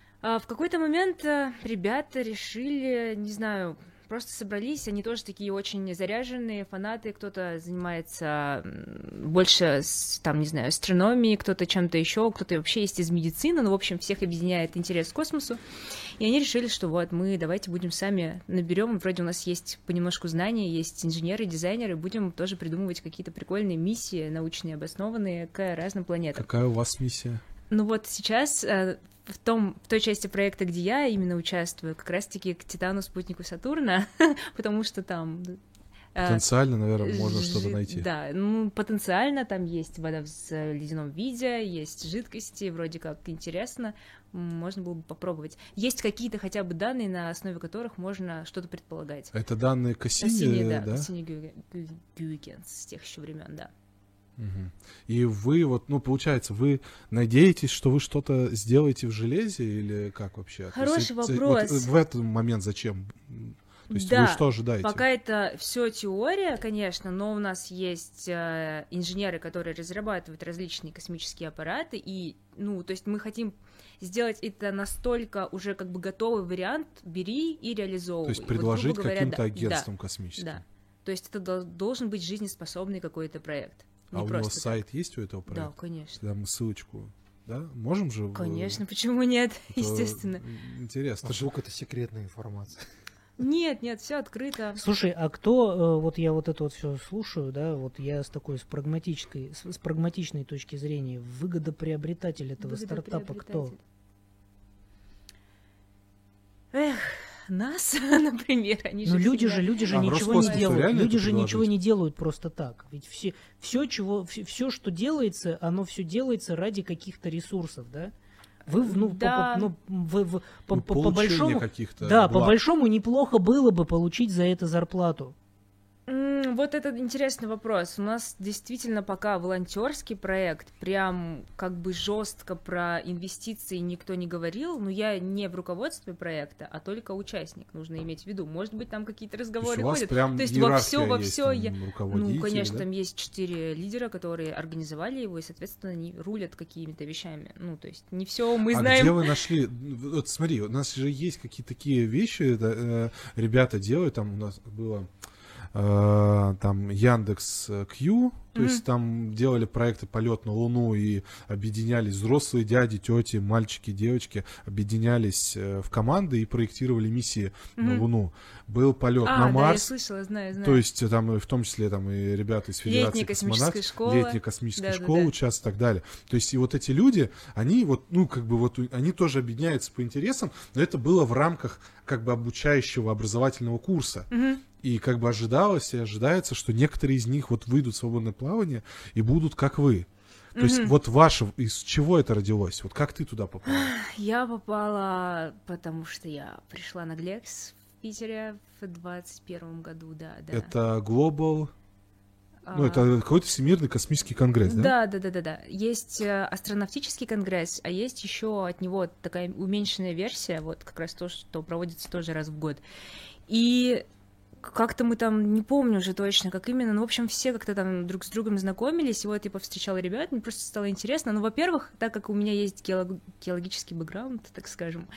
в какой-то момент ребята решили, не знаю... Просто собрались, они тоже такие очень заряженные фанаты, кто-то занимается больше, там, не знаю, астрономией, кто-то чем-то еще, кто-то вообще есть из медицины, ну, в общем, всех объединяет интерес к космосу, и они решили, что вот мы давайте будем сами наберем, вроде у нас есть понемножку знаний, есть инженеры, дизайнеры, будем тоже придумывать какие-то прикольные миссии, научные, обоснованные, к разным планетам. Какая у вас миссия? Ну вот сейчас... В, том, в той части проекта, где я именно участвую, как раз-таки к Титану, спутнику Сатурна, потому что там... Потенциально, наверное, э, можно жи- что-то найти. Да, ну, потенциально там есть вода в ледяном виде, есть жидкости, вроде как интересно, можно было бы попробовать. Есть какие-то хотя бы данные, на основе которых можно что-то предполагать. Это данные Кассини, Кассини, да, да? Кассини-Гюйгенс с тех еще времен, да. Угу. И вы вот, ну, получается, вы надеетесь, что вы что-то сделаете в железе или как вообще? Хороший То есть, вопрос. Вот в этот момент зачем? То есть Да, вы что ожидаете? Пока это все теория, конечно, но у нас есть э, инженеры, которые разрабатывают различные космические аппараты, и, ну, то есть мы хотим сделать это настолько уже как бы готовый вариант, бери и реализовывай. То есть предложить вот, говоря, каким-то да, агентством да, космическим. Да. То есть это дол- должен быть жизнеспособный какой-то проект. А Не у просто него так. сайт есть у этого проекта? Да, конечно. Тогда мы ссылочку, да? Можем же? в- Конечно, почему нет? Это Естественно. Интересно. А вдруг это секретная информация? Нет, нет, все открыто. Слушай, а кто, э, вот я вот это вот все слушаю, да, вот я с такой, с прагматической, с, с прагматичной точки зрения, выгодоприобретатель этого стартапа кто? Эх, нас, например, они же Ну люди всегда- же, люди же А в ничего не Роскосмосу делают, реально люди это же ничего предложить? не делают просто так. Ведь все, все, чего, все, все, что делается, оно все делается ради каких-то ресурсов, да? Вы, ну, Да. по, по- ну, вы- вы- по, Ну, по- по получение большому, каких-то да, по благ. большому неплохо было бы получить за это зарплату. М, Вот это интересный вопрос. У нас действительно пока волонтерский проект, прям как бы жестко про инвестиции никто не говорил, но я не в руководстве проекта, а только участник, нужно иметь в виду. Может быть, там какие-то То есть разговоры у вас ходят. прям То есть во иерархия все, во есть, все там, я... руководители, Ну, конечно, да? там есть четыре лидера, которые организовали его, и, соответственно, они рулят какими-то вещами. Ну, то есть не все мы А знаем. где вы нашли? Вот смотри, у нас же есть какие-то такие вещи, да, э, ребята делают, там у нас было э, там Яндекс Кью, то Мгм. есть там делали проекты полет на Луну и объединялись взрослые дяди, тети, мальчики, девочки, объединялись э, в команды и проектировали миссии на Мгм. Луну. Был полет А, на да, я Марс. слышала, знаю, знаю. То есть э, там и в том числе там и ребята из Федерации Летняя космическая космонавтов, школа. летняя космическая Да-да-да. школа участвуют и так далее. То есть и вот эти люди, они вот, ну, как бы вот, у- они тоже объединяются по интересам, но это было в рамках как бы обучающего образовательного курса. Мгм. И как бы ожидалось и ожидается, что некоторые из них вот выйдут в свободное плавание и будут как вы. То есть Мгм. вот ваше, из чего это родилось? Вот как ты туда попала? Я попала, потому что я пришла на Глекс в Питере в двадцать первом году, да, да. Это Global, ну А, это какой-то всемирный космический конгресс, да? Да, да, да, да, да. Есть э, астронавтический конгресс, а есть еще от него такая уменьшенная версия, вот как раз то, что проводится тоже раз в год. И как-то мы там, не помню уже точно, как именно, но, в общем, все как-то там друг с другом знакомились, и вот я повстречала ребят, мне просто стало интересно. Ну, во-первых, так как у меня есть геолог... геологический бэкграунд, так скажем,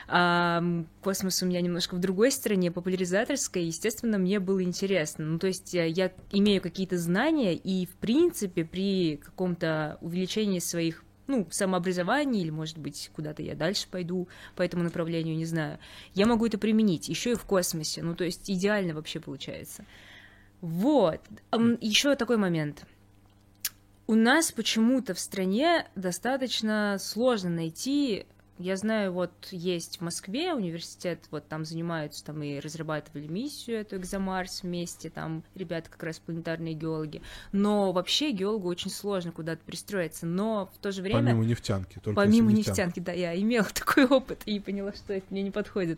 а космос у меня немножко в другой стороне, популяризаторской, естественно, мне было интересно. Ну, то есть я имею какие-то знания, и, в принципе, при каком-то увеличении своих ну, самообразование, или, может быть, куда-то я дальше пойду по этому направлению, не знаю, я могу это применить еще и в космосе, ну, то есть идеально вообще получается. Вот. Еще такой момент. У нас почему-то в стране достаточно сложно найти. Я знаю, вот есть в Москве университет, вот там занимаются, там и разрабатывали миссию эту «Экзомарс» вместе, там ребята как раз планетарные геологи, но вообще геологу очень сложно куда-то пристроиться, но в то же время... Помимо нефтянки, только Помимо нефтянка. нефтянки, да, я имела такой опыт и поняла, что это мне не подходит.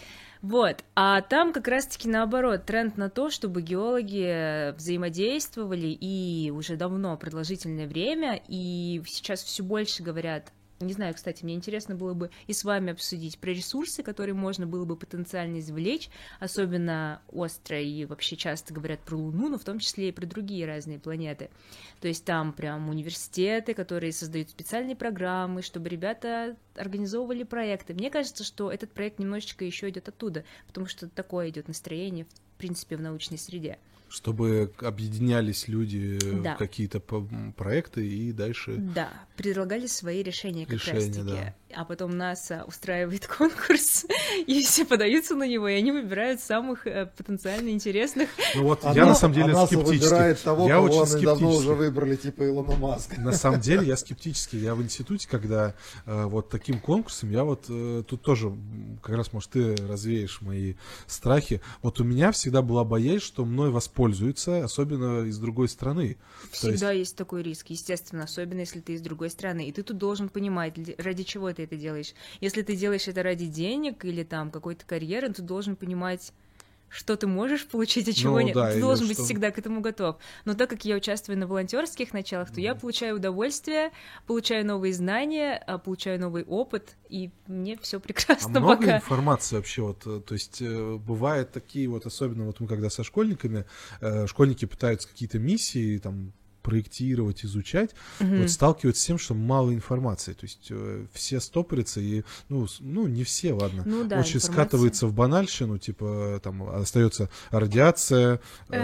Вот, а там как раз-таки наоборот, тренд на то, чтобы геологи взаимодействовали и уже давно, продолжительное время, и сейчас все больше говорят. Не знаю, кстати, мне интересно было бы и с вами обсудить про ресурсы, которые можно было бы потенциально извлечь, особенно остро, и вообще часто говорят про Луну, но в том числе и про другие разные планеты. То есть там прям университеты, которые создают специальные программы, чтобы ребята организовывали проекты. Мне кажется, что этот проект немножечко еще идет оттуда, потому что такое идет настроение, в принципе, в научной среде. Чтобы объединялись люди Да. в какие-то проекты и дальше... Да, предлагали свои решения как Решения, раз-таки. да. А потом НАСА устраивает конкурс, и все подаются на него, и они выбирают самых э, потенциально интересных. Ну вот Она, я на самом деле она скептически. выбирает того, я кого очень они давно скептически. уже выбрали, типа Илона Маска. На самом деле я скептически. Я в институте, когда э, вот таким конкурсом, я вот э, тут тоже, м, как раз, может, ты развеешь мои страхи. Вот у меня всегда была боязнь, что мной воспользуются, особенно из другой страны. Всегда есть... есть такой риск, естественно, особенно если ты из другой страны. И ты тут должен понимать, ради чего ты это делаешь. Если ты делаешь это ради денег или там какой-то карьеры, ты должен понимать, что ты можешь получить, а чего Ну, нет. да, Ты должен что... быть всегда к этому готов. Но так как я участвую на волонтерских началах, то mm-hmm. я получаю удовольствие, получаю новые знания, получаю новый опыт, и мне все прекрасно а много пока. Информации вообще, вот, то есть бывают такие вот, особенно вот мы когда со школьниками, школьники пытаются какие-то миссии там проектировать, изучать, mm-hmm. вот сталкиваются с тем, что мало информации, то есть э, все стопорятся и, ну, с, ну, не все, ладно, ну, да, очень информация. скатывается в банальщину, типа, там, остается радиация,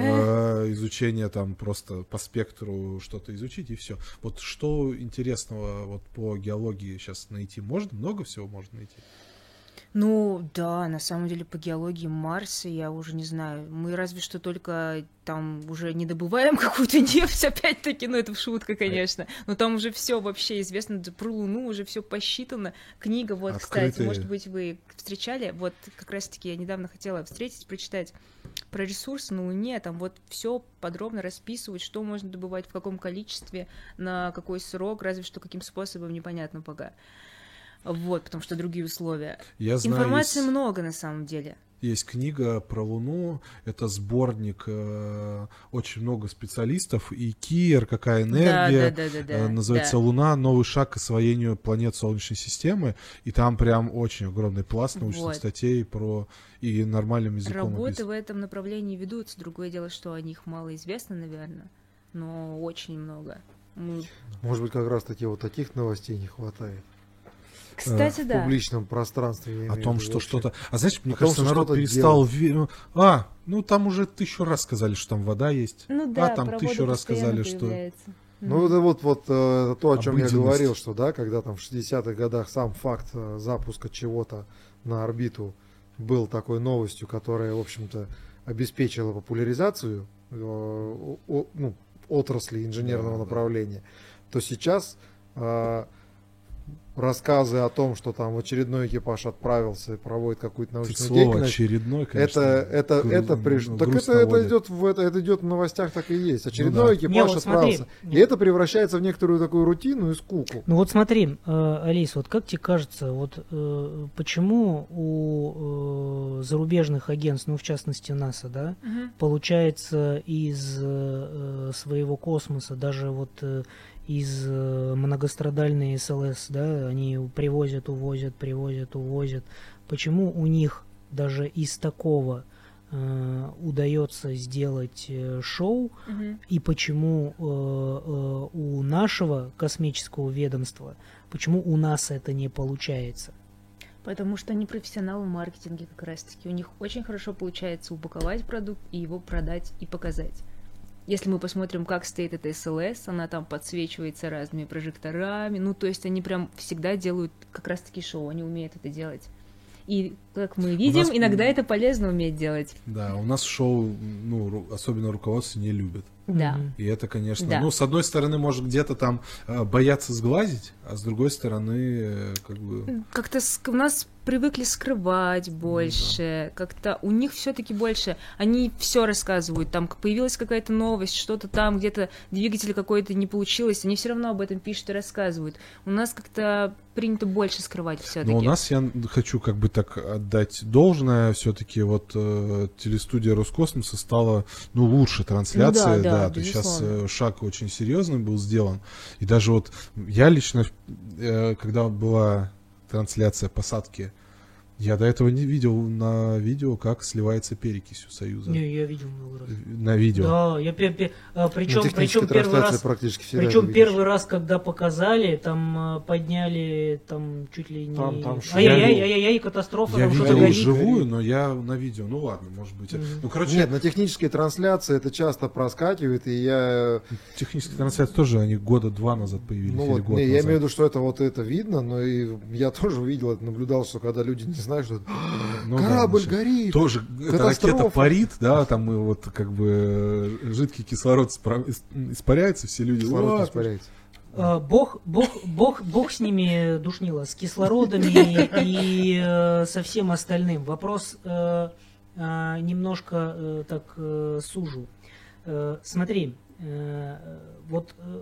э, изучение там просто по спектру что-то изучить и все. Вот что интересного вот по геологии сейчас найти можно? Много всего можно найти? Ну, да, на самом деле по геологии Марса я уже не знаю. Мы разве что только там уже не добываем какую-то нефть, опять-таки, ну это шутка, конечно. Но там уже все вообще известно про Луну, уже все посчитано. Книга, вот, Открытые. Кстати, может быть, вы встречали, вот как раз-таки я недавно хотела встретить, прочитать про ресурсы на Луне, там вот все подробно расписывают, что можно добывать, в каком количестве, на какой срок, разве что каким способом, непонятно пока. Вот, потому что другие условия. Я знаю, Информации есть, много на самом деле. Есть книга про Луну, это сборник, э, очень много специалистов, и Киер, какая энергия, да, да, да, да, э, называется да. Луна, новый шаг к освоению планет Солнечной системы, и там прям очень огромный пласт научных вот. статей про и нормальным языком. Работы описан. в этом направлении ведутся, другое дело, что о них мало известно, наверное, но очень много. Мы... Может быть, как раз-таки вот таких новостей не хватает. Кстати, в да. публичном пространстве. О том, что что-то... А знаешь, мне О том, кажется, что народ что-то перестал верить. А, ну там уже тысячу раз сказали, что там вода есть. Ну да, а там про тысячу воду раз сказали, что... появляется. Ну, это вот, вот э, то, о чем я Обыденность. говорил, что, да, когда там в шестидесятых годах сам факт э, запуска чего-то на орбиту был такой новостью, которая, в общем-то, обеспечила популяризацию э, о, ну, отрасли инженерного Да, направления, то сейчас э, рассказы о том, что там очередной экипаж отправился и проводит какую-то научную Тут слово деятельность, очередной, конечно. это, это, гру- это, приш... ну, так грустно это, это, водит. идет в, это, это идет в новостях, так и есть. Очередной да. экипаж Не, вот смотри, отправился. И не. это превращается в некоторую такую рутину и скуку. Ну вот смотри, э, Алис, вот как тебе кажется, вот э, почему у э, зарубежных агентств, ну в частности НАСА, да, Мгм. получается из э, своего космоса, даже вот э, из э, многострадальной эс эл эс, да, они привозят, увозят, привозят, увозят. Почему у них даже из такого э, удается сделать э, шоу, Мгм. и почему э, э, у нашего космического ведомства, почему у нас это не получается. Потому что они профессионалы в маркетинге как раз-таки. У них очень хорошо получается упаковать продукт и его продать и показать. Если мы посмотрим, как стоит эта эс эл эс, она там подсвечивается разными прожекторами. Ну, то есть они прям всегда делают как раз-таки шоу, они умеют это делать. И, как мы видим, нас- иногда это полезно уметь делать. Да, у нас шоу, ну, ру- особенно руководство не любит. Да. Мгм. И это, конечно, Да. ну, с одной стороны, может где-то там э, бояться сглазить, а с другой стороны, э, как бы... Как-то ск- у нас привыкли скрывать больше, как-то у них все-таки больше, они все рассказывают, там к- появилась какая-то новость, что-то там где-то двигатель какой-то не получилось, они все равно об этом пишут и рассказывают. У нас как-то принято больше скрывать все-таки. Но у нас, я хочу как бы так отдать должное, все-таки вот э, телестудия Роскосмоса стала, ну, лучше трансляции, Ну да, да, то есть сейчас безусловно. э, шаг очень серьезный был сделан, и даже вот я лично, э, когда была трансляция посадки, я до этого не видел на видео, как сливается перекись у Союза. Не, я видел много раз. На видео. Да, я пе- пе- а, На причем, технической причем первый трансляции раз, практически всегда причем это видишь. первый раз, когда показали, там э, подняли, там чуть ли не... Там- там шум. Ай-яй-яй, Я- ай-яй-яй, катастрофа, Я там что-то видел горит. вживую, но я на видео. Ну ладно, может быть. Мгм. Ну, короче, Нет, на технической трансляции это часто проскакивает, и я... технические трансляции тоже, они года два назад появились. Ну или вот, год не, я назад. имею в виду, что это вот это видно, но и я тоже увидел это, наблюдал, что когда люди не знают, что это, Ну да, корабль ну, горит. Тоже эта Катастрофа. ракета парит, да, там и вот как бы э, жидкий кислород испра- ис- испаряется, все люди... Кислород не «Уа!» испаряется. А, Бог, бог, бог, бог с ними душнило, с кислородами и э, со всем остальным. Вопрос э, э, немножко э, так э, сужу. Э, смотри, э, вот э,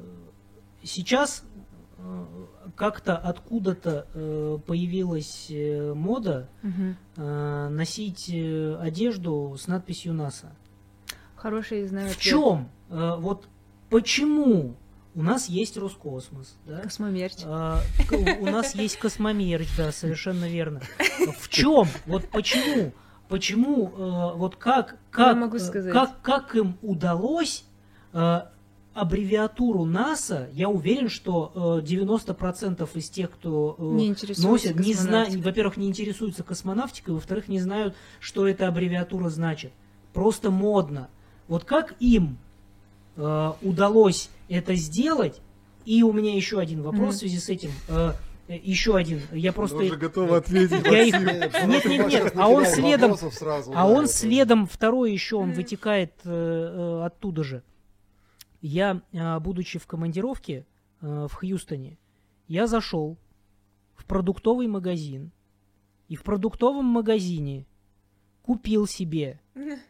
сейчас э, как-то откуда-то э, появилась э, мода Мгм. э, носить э, одежду с надписью НАСА. Хороший, знаю, В ответ. чем? Э, вот почему у нас есть Роскосмос, да? Космомерч. А, к- у нас есть космомерч, да, совершенно верно. В чем? Вот почему? Почему? э, вот как, как, могу э, сказать. как, как им удалось э, аббревиатуру НАСА? Я уверен, что э, девяносто процентов из тех, кто э, Не интересуется носят, не знают, космонавтикой. во-первых, не интересуются космонавтикой, во-вторых, не знают, что эта аббревиатура значит. Просто модно. Вот как им э, удалось это сделать? И у меня еще один вопрос Мгм. в связи с этим. Э, э, еще один. Я просто... Уже готовы ответить. Я их- Максим. Нет, нет, нет, Просто а он накидал следом, вопросов сразу, а да, он это- следом второй еще, он Мгм. вытекает э, э, оттуда же. Я, э, будучи в командировке э, в Хьюстоне, я зашел в продуктовый магазин и в продуктовом магазине купил себе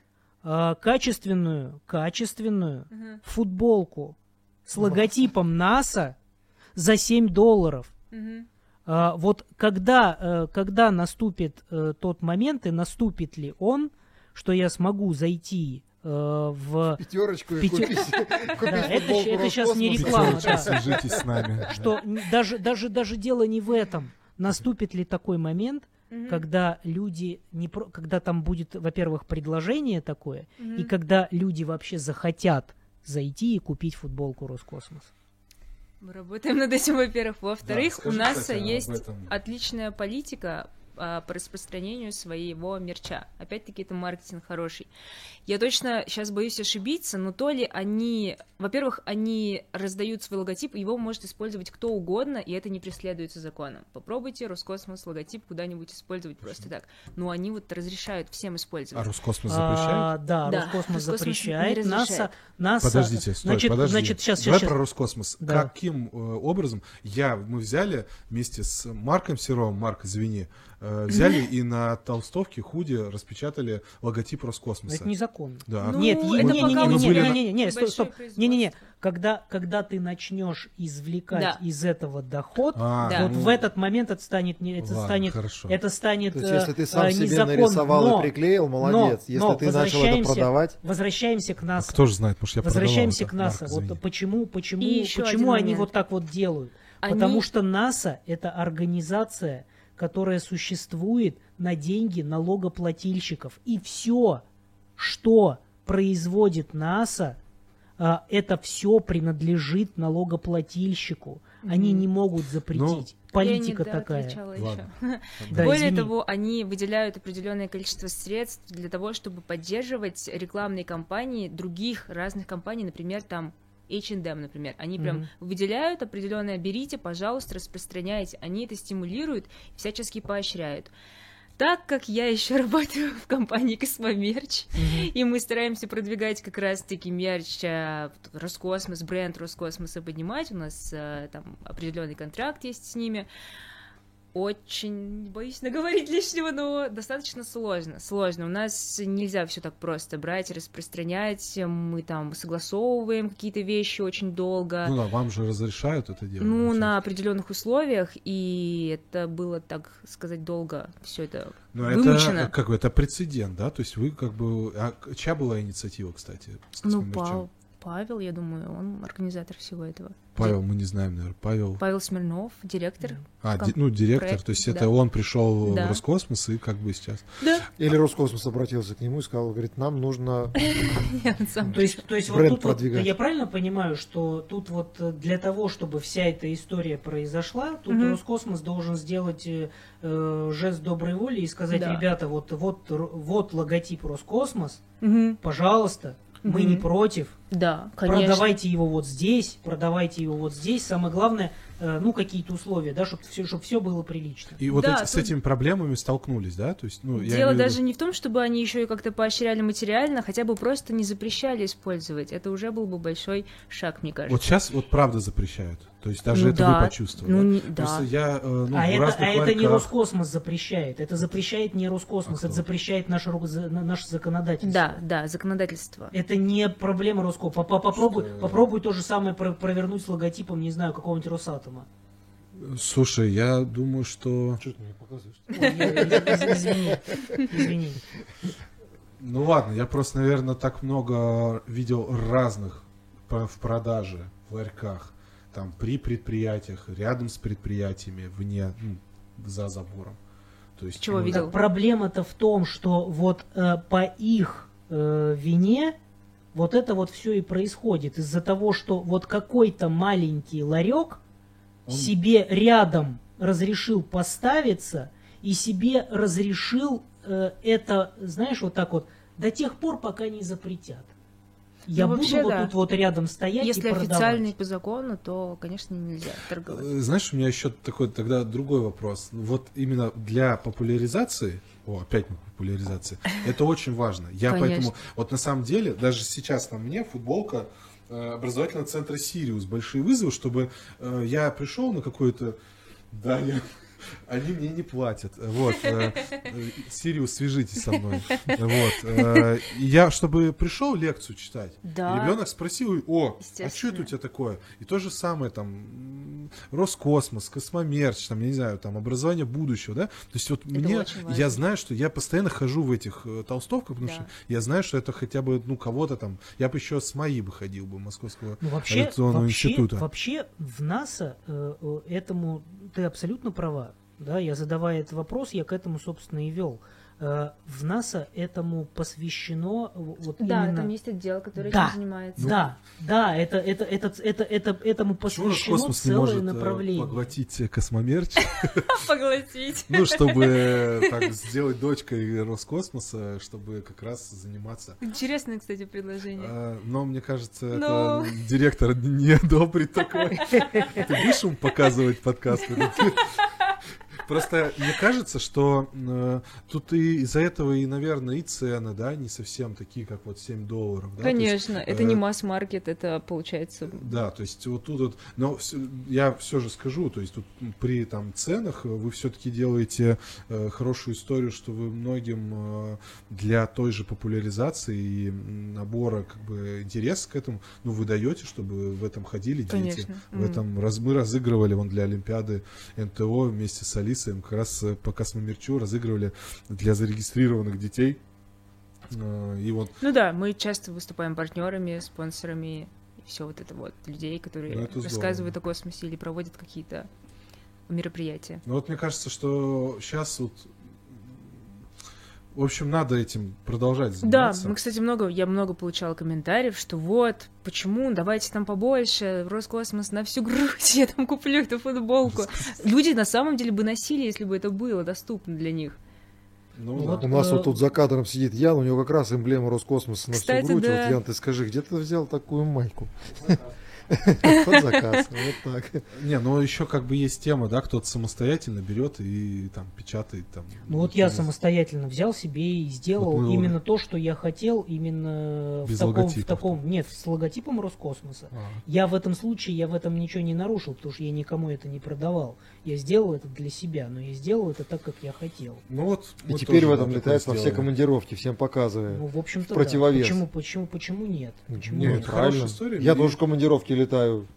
э, качественную, качественную Мгм. футболку с логотипом НАСА за семь долларов. Мгм. А, вот когда, э, когда наступит э, тот момент, и наступит ли он, что я смогу зайти э, в... Пятерочку и Пятё- купить, купить Да, это футболку щ- это щас не Роскосмоса. реклама, Пятерочка, да. свяжитесь с нами. Что н- даже, даже, даже дело не в этом. Наступит ли такой момент, Мгм. когда люди не про... когда там будет, во-первых, предложение такое, Мгм. и когда люди вообще захотят зайти и купить футболку Роскосмос. Мы работаем над этим, во-первых. Во-вторых, Да, скажи, у нас кстати, об есть этом. отличная политика а, по распространению своего мерча. Опять-таки, это маркетинг хороший. Я точно сейчас боюсь ошибиться, но то ли они... Во-первых, они раздают свой логотип, его может использовать кто угодно, и это не преследуется законом. Попробуйте Роскосмос логотип куда-нибудь использовать просто так. Но они вот разрешают всем А использовать. Роскосмос запрещает? А, да, Да, Роскосмос Роскосмос запрещает. не НАСА, разрешает. НАСА... Подождите, стой, значит, подожди. Значит, сейчас, Давай сейчас, про Роскосмос. Да. Каким э, образом я, мы взяли вместе с Марком Серовым, Марк, извини, э, взяли и на толстовке, худи распечатали логотип Роскосмоса. Это незаконно. Да. Ну, Нет, это не, не, не, пока не, мы не, были не, на- не, не, не, стоп, Большое стоп, не, не, не, производство. когда, когда ты начнешь извлекать Да. из этого доход, А, Да. вот ну, в этот момент это станет, не, это ладно, станет, хорошо. это станет То есть, если ты сам э, себе незаконно. нарисовал Но- и приклеил, молодец. но- Если но ты начал это возвращаемся- продавать, Возвращаемся к А НАСА. кто же знает, может, я Возвращаемся продавал к это. НАСА. Марк, Вот извини. почему, почему, И еще почему один они момент. вот так вот делают? Они- Потому что НАСА это организация, которая существует на деньги налогоплательщиков. И все. что производит НАСА, а, это все принадлежит налогоплательщику. Mm-hmm. Они не могут запретить. Но... Политика Я не такая. Да, Более извини. того, они выделяют определенное количество средств для того, чтобы поддерживать рекламные кампании других разных компаний, например, там эйч энд эм, например. Они mm-hmm. прям выделяют определенное, берите, пожалуйста, распространяйте. Они это стимулируют, всячески поощряют. Так как я еще работаю в компании Космомерч, mm-hmm. и мы стараемся продвигать как раз-таки мерч а, Роскосмос, бренд Роскосмоса поднимать, у нас а, там определенный контракт есть с ними. Очень боюсь наговорить лишнего, но достаточно сложно. Сложно. У нас нельзя все так просто брать, распространять. Мы там согласовываем какие-то вещи очень долго. Ну да, вам же разрешают это делать. Ну, на определенных условиях, и это было, так сказать, долго все это но вымучено. Это как бы это прецедент, да? То есть вы как бы... А чья была инициатива, кстати? Ну, Павел, Павел, я думаю, он организатор всего этого. Павел, мы не знаем, наверное, Павел... Павел Смирнов, директор. А, ди- ну, директор, проект, то есть да. это он пришел да. в Роскосмос и как бы сейчас... Да. Или Роскосмос обратился к нему и сказал, говорит, нам нужно То есть, то есть вот тут вот, я правильно понимаю, что тут вот для того, чтобы вся эта история произошла, тут mm-hmm. Роскосмос должен сделать э, жест доброй воли и сказать, да. ребята, вот, вот, вот логотип Роскосмос, mm-hmm. пожалуйста, мы mm-hmm. не против. Да, конечно. Продавайте его вот здесь, продавайте его вот здесь. Самое главное, э, ну, какие-то условия, да, чтобы все, чтобы все было прилично. И вот да, эти, тут... с этими проблемами столкнулись, да? То есть, ну, Дело я даже виду... не в том, чтобы они еще и как-то поощряли материально, хотя бы просто не запрещали использовать. Это уже был бы большой шаг, мне кажется. Вот сейчас вот правда запрещают. То есть даже ну, это да. вы почувствовали. Ну, да? не, да. Я, э, ну, а это, а это не ларьках... Роскосмос запрещает. Это запрещает не Роскосмос, а это запрещает наше, наше законодательство. Да, да, законодательство. Это не проблема Роскосмоса. Попробуй, попробуй то же самое провернуть с логотипом, не знаю, какого-нибудь Росатома. Слушай, я думаю, что... Что ты мне показываешь? Извини, извини. Ну ладно, я просто, наверное, так много видел разных в продаже в ларьках. Там при предприятиях, рядом с предприятиями, вне, ну, за забором. То есть, чего ну, видел? Проблема-то в том, что вот э, по их э, вине вот это вот все и происходит. Из-за того, что вот какой-то маленький ларек Он... себе рядом разрешил поставиться и себе разрешил э, это, знаешь, вот так вот, до тех пор, пока не запретят. Я ну, буду вообще, вот да. тут вот рядом стоять Если и продавать. Если официальный по закону, то, конечно, нельзя торговать. Знаешь, у меня еще такой тогда другой вопрос. Вот именно для популяризации, о, опять мы популяризации, это очень важно. Я конечно. Поэтому, вот на самом деле, даже сейчас на мне футболка э, образовательного центра «Сириус», большие вызовы, чтобы э, я пришел на какой-то... Да, я... Они мне не платят. Вот. Сириус, свяжитесь со мной. Вот. Я, чтобы пришел лекцию читать, да. ребенок спросил, о, а что это у тебя такое? И то же самое, там, Роскосмос, Космомерч, там, я не знаю, там, образование будущего, да? То есть вот это мне, я знаю, что я постоянно хожу в этих толстовках, потому да. что я знаю, что это хотя бы, ну, кого-то там, я бы еще с МАИ бы ходил бы, Московского ну, вообще, авиационного вообще, института. Вообще в НАСА э, этому, ты абсолютно права. Да, я задавая этот вопрос, я к этому, собственно, и вел. В НАСА этому посвящено вот да, именно... там есть отдел, который да, этим занимается. Ну, да, да, это, это, это, это, это, этому посвящено целое направление. Поглотить Космомерч. Поглотить. Ну, чтобы так сделать дочкой Роскосмоса, чтобы как раз заниматься... Интересное, кстати, предложение. Но мне кажется, это директор не одобрит такое. Ты будешь ему показывать подкасты? Просто мне кажется, что э, тут и из-за этого и, наверное, и цены, да, не совсем такие, как вот семь долларов. Да? Конечно, есть, это э, не масс-маркет, это получается... Да, то есть вот тут вот, но все, я все же скажу, то есть тут при там ценах вы все-таки делаете э, хорошую историю, что вы многим э, для той же популяризации и набора как бы интереса к этому, ну, вы даете, чтобы в этом ходили дети. Конечно. В этом раз, мы разыгрывали вон для Олимпиады эн тэ о вместе с Алисой, как раз по Космомерчу разыгрывали для зарегистрированных детей. И вот... Ну да, мы часто выступаем партнерами, спонсорами, и все вот это вот, людей, которые ну, рассказывают здорово. О космосе или проводят какие-то мероприятия. Ну вот мне кажется, что сейчас вот В общем, надо этим продолжать Да, заниматься. мы, кстати, много, я много получала комментариев, что вот, почему, давайте там побольше, Роскосмос на всю грудь, я там куплю эту футболку. Люди на самом деле бы носили, если бы это было доступно для них. Ну, Вот, да. У нас э, вот тут за кадром сидит Ян, у него как раз эмблема Роскосмоса на Кстати, всю грудь. да. Вот, Ян, ты скажи, где ты взял такую майку? Под заказ, вот так. Не, ну еще как бы есть тема, да, кто-то самостоятельно берет и там печатает там. Ну вот я без- самостоятельно взял себе и сделал Вот мы именно вот- то, что я хотел, именно в Без таком, в логотипов. таком, нет, с логотипом Роскосмоса. А. Я в этом случае, я в этом ничего не нарушил, потому что я никому это не продавал. Я сделал это для себя, но я сделал это так, как я хотел. Ну вот. И мы теперь тоже, в да, этом такое летает во все сделали. командировки, всем показывая. Ну, в общем-то, Противовес. да. Почему, почему, почему нет? Почему Нет, нет? это хорошая Правильно. история. Я И- тоже в командировке летаю.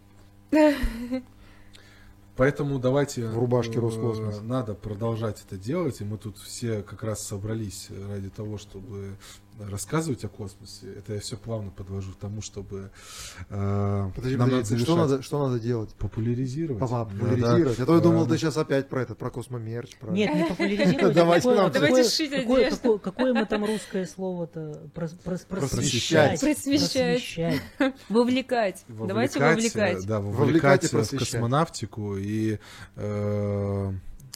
Поэтому давайте В рубашке э, Роскосмоса. надо продолжать это делать, и мы тут все как раз собрались ради того, чтобы рассказывать о космосе. Это я все плавно подвожу к тому, чтобы э, Подожди, нам подожди, надо ты завершать. что надо, что надо делать? Популяризировать. Папа, Да, популяризировать. да. А то я думал, Э, ты сейчас опять про это, про космомерч. Про... Нет, не популяризировать. Давайте а какое, нам- Давайте какое, шить какое, одежду. какое, какое мы там русское слово-то? Прос- прос- Просвещать. Просвещать. Просвещать. Вовлекать. Давайте вовлекать. э, Да, Вовлекать вовлекать и в просвещать. космонавтику. И э,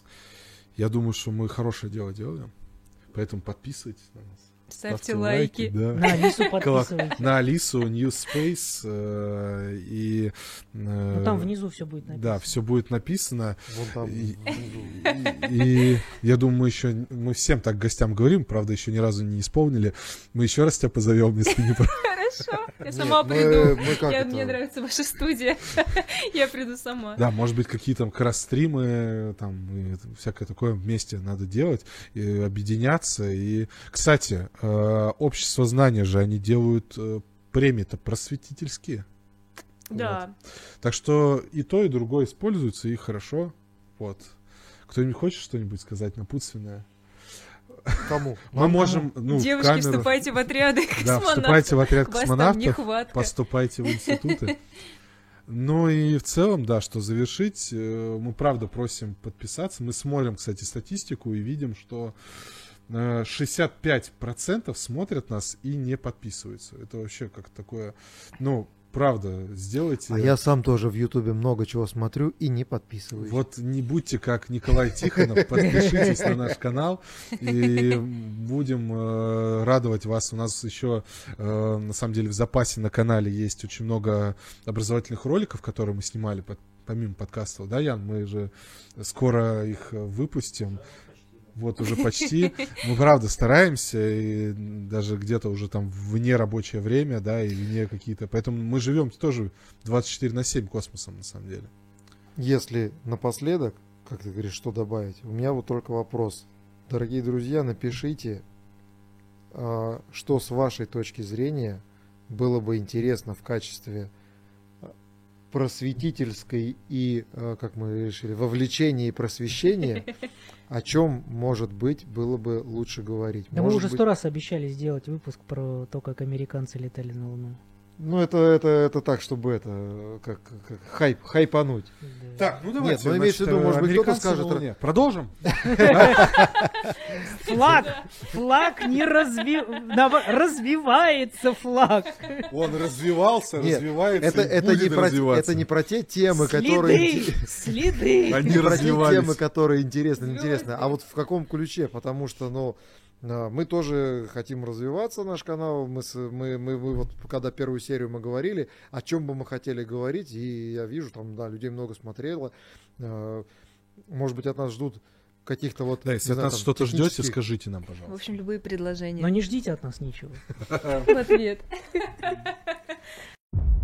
я думаю, что мы хорошее дело делаем. Поэтому подписывайтесь на нас. Ставьте лайки. да. На Алису Колок- подписывайтесь. На Алису, New Space. э, и, э, Ну там внизу все будет написано. Да, все будет написано. Вон там. И- внизу. И я думаю, мы еще мы всем так гостям говорим, правда, еще ни разу не исполнили. Мы еще раз тебя позовем, если не про- Хорошо, я Нет, сама мы- приду. мы как Я- это? Мне нравится ваша студия. Я приду сама. Да, может быть, какие там кросс-стримы, там, и всякое такое вместе надо делать, и объединяться. И, кстати, э, общество знания же, они делают э, премии-то просветительские. Да. Так что и то, и другое используется, и хорошо. Вот. Кто-нибудь хочет что-нибудь сказать напутственное? Кому? Мы можем, ну, в Девушки, камеру... вступайте в отряды Да, космонавтов. вступайте в отряд Вас там космонавтов, нехватка. поступайте в институты. Ну и в целом, да, что завершить, э, мы правда просим подписаться. Мы смотрим, кстати, статистику и видим, что э, шестьдесят пять процентов смотрят нас и не подписываются. Это вообще как такое, ну, правда, сделайте. А я сам тоже в Ютубе много чего смотрю и не подписываюсь. Вот не будьте как Николай Тихонов, подпишитесь на наш канал и будем э, радовать вас. У нас еще, э, на самом деле, в запасе на канале есть очень много образовательных роликов, которые мы снимали под- помимо подкастов. Да, Ян, мы же скоро их э, выпустим. Вот уже почти. Мы правда стараемся, и даже где-то уже там вне рабочее время, да, и вне какие-то. Поэтому мы живем тоже двадцать четыре на семь космосом, на самом деле. Если напоследок, как ты говоришь, что добавить, у меня вот только вопрос. Дорогие друзья, напишите, а, что с вашей точки зрения было бы интересно в качестве а, просветительской и, а, как мы решили, вовлечения и просвещения, о чем, может быть, было бы лучше говорить. Да мы Может уже быть- сто раз обещали сделать выпуск про то, как американцы летали на Луну. Ну, это, это, это так, чтобы это, как, как хайп, хайпануть. Да. Так, ну давайте, ну, имеется в виду, может быть, кто-то американцы скажет, на Луне. Продолжим? Флаг! Флаг не разви... нав- развивается флаг. Он развивался, Нет, развивается Это, и это, будет не про, развиваться. это не про те темы, которые... Следы! Следы! Они Не про те развивались. темы, которые интересны, интересны, а вот в каком ключе, потому что, ну, а, мы тоже хотим развиваться, наш канал, мы, с- мы, мы, мы вот, когда первую серию мы говорили, о чем бы мы хотели говорить, и я вижу, там, да, людей много смотрело, а, может быть, от нас ждут каких-то вот... Да, не если от знаю, нас там, что-то ждете, технических- скажите нам, В пожалуйста. общем, любые предложения. Но не ждите от нас ничего. В ответ.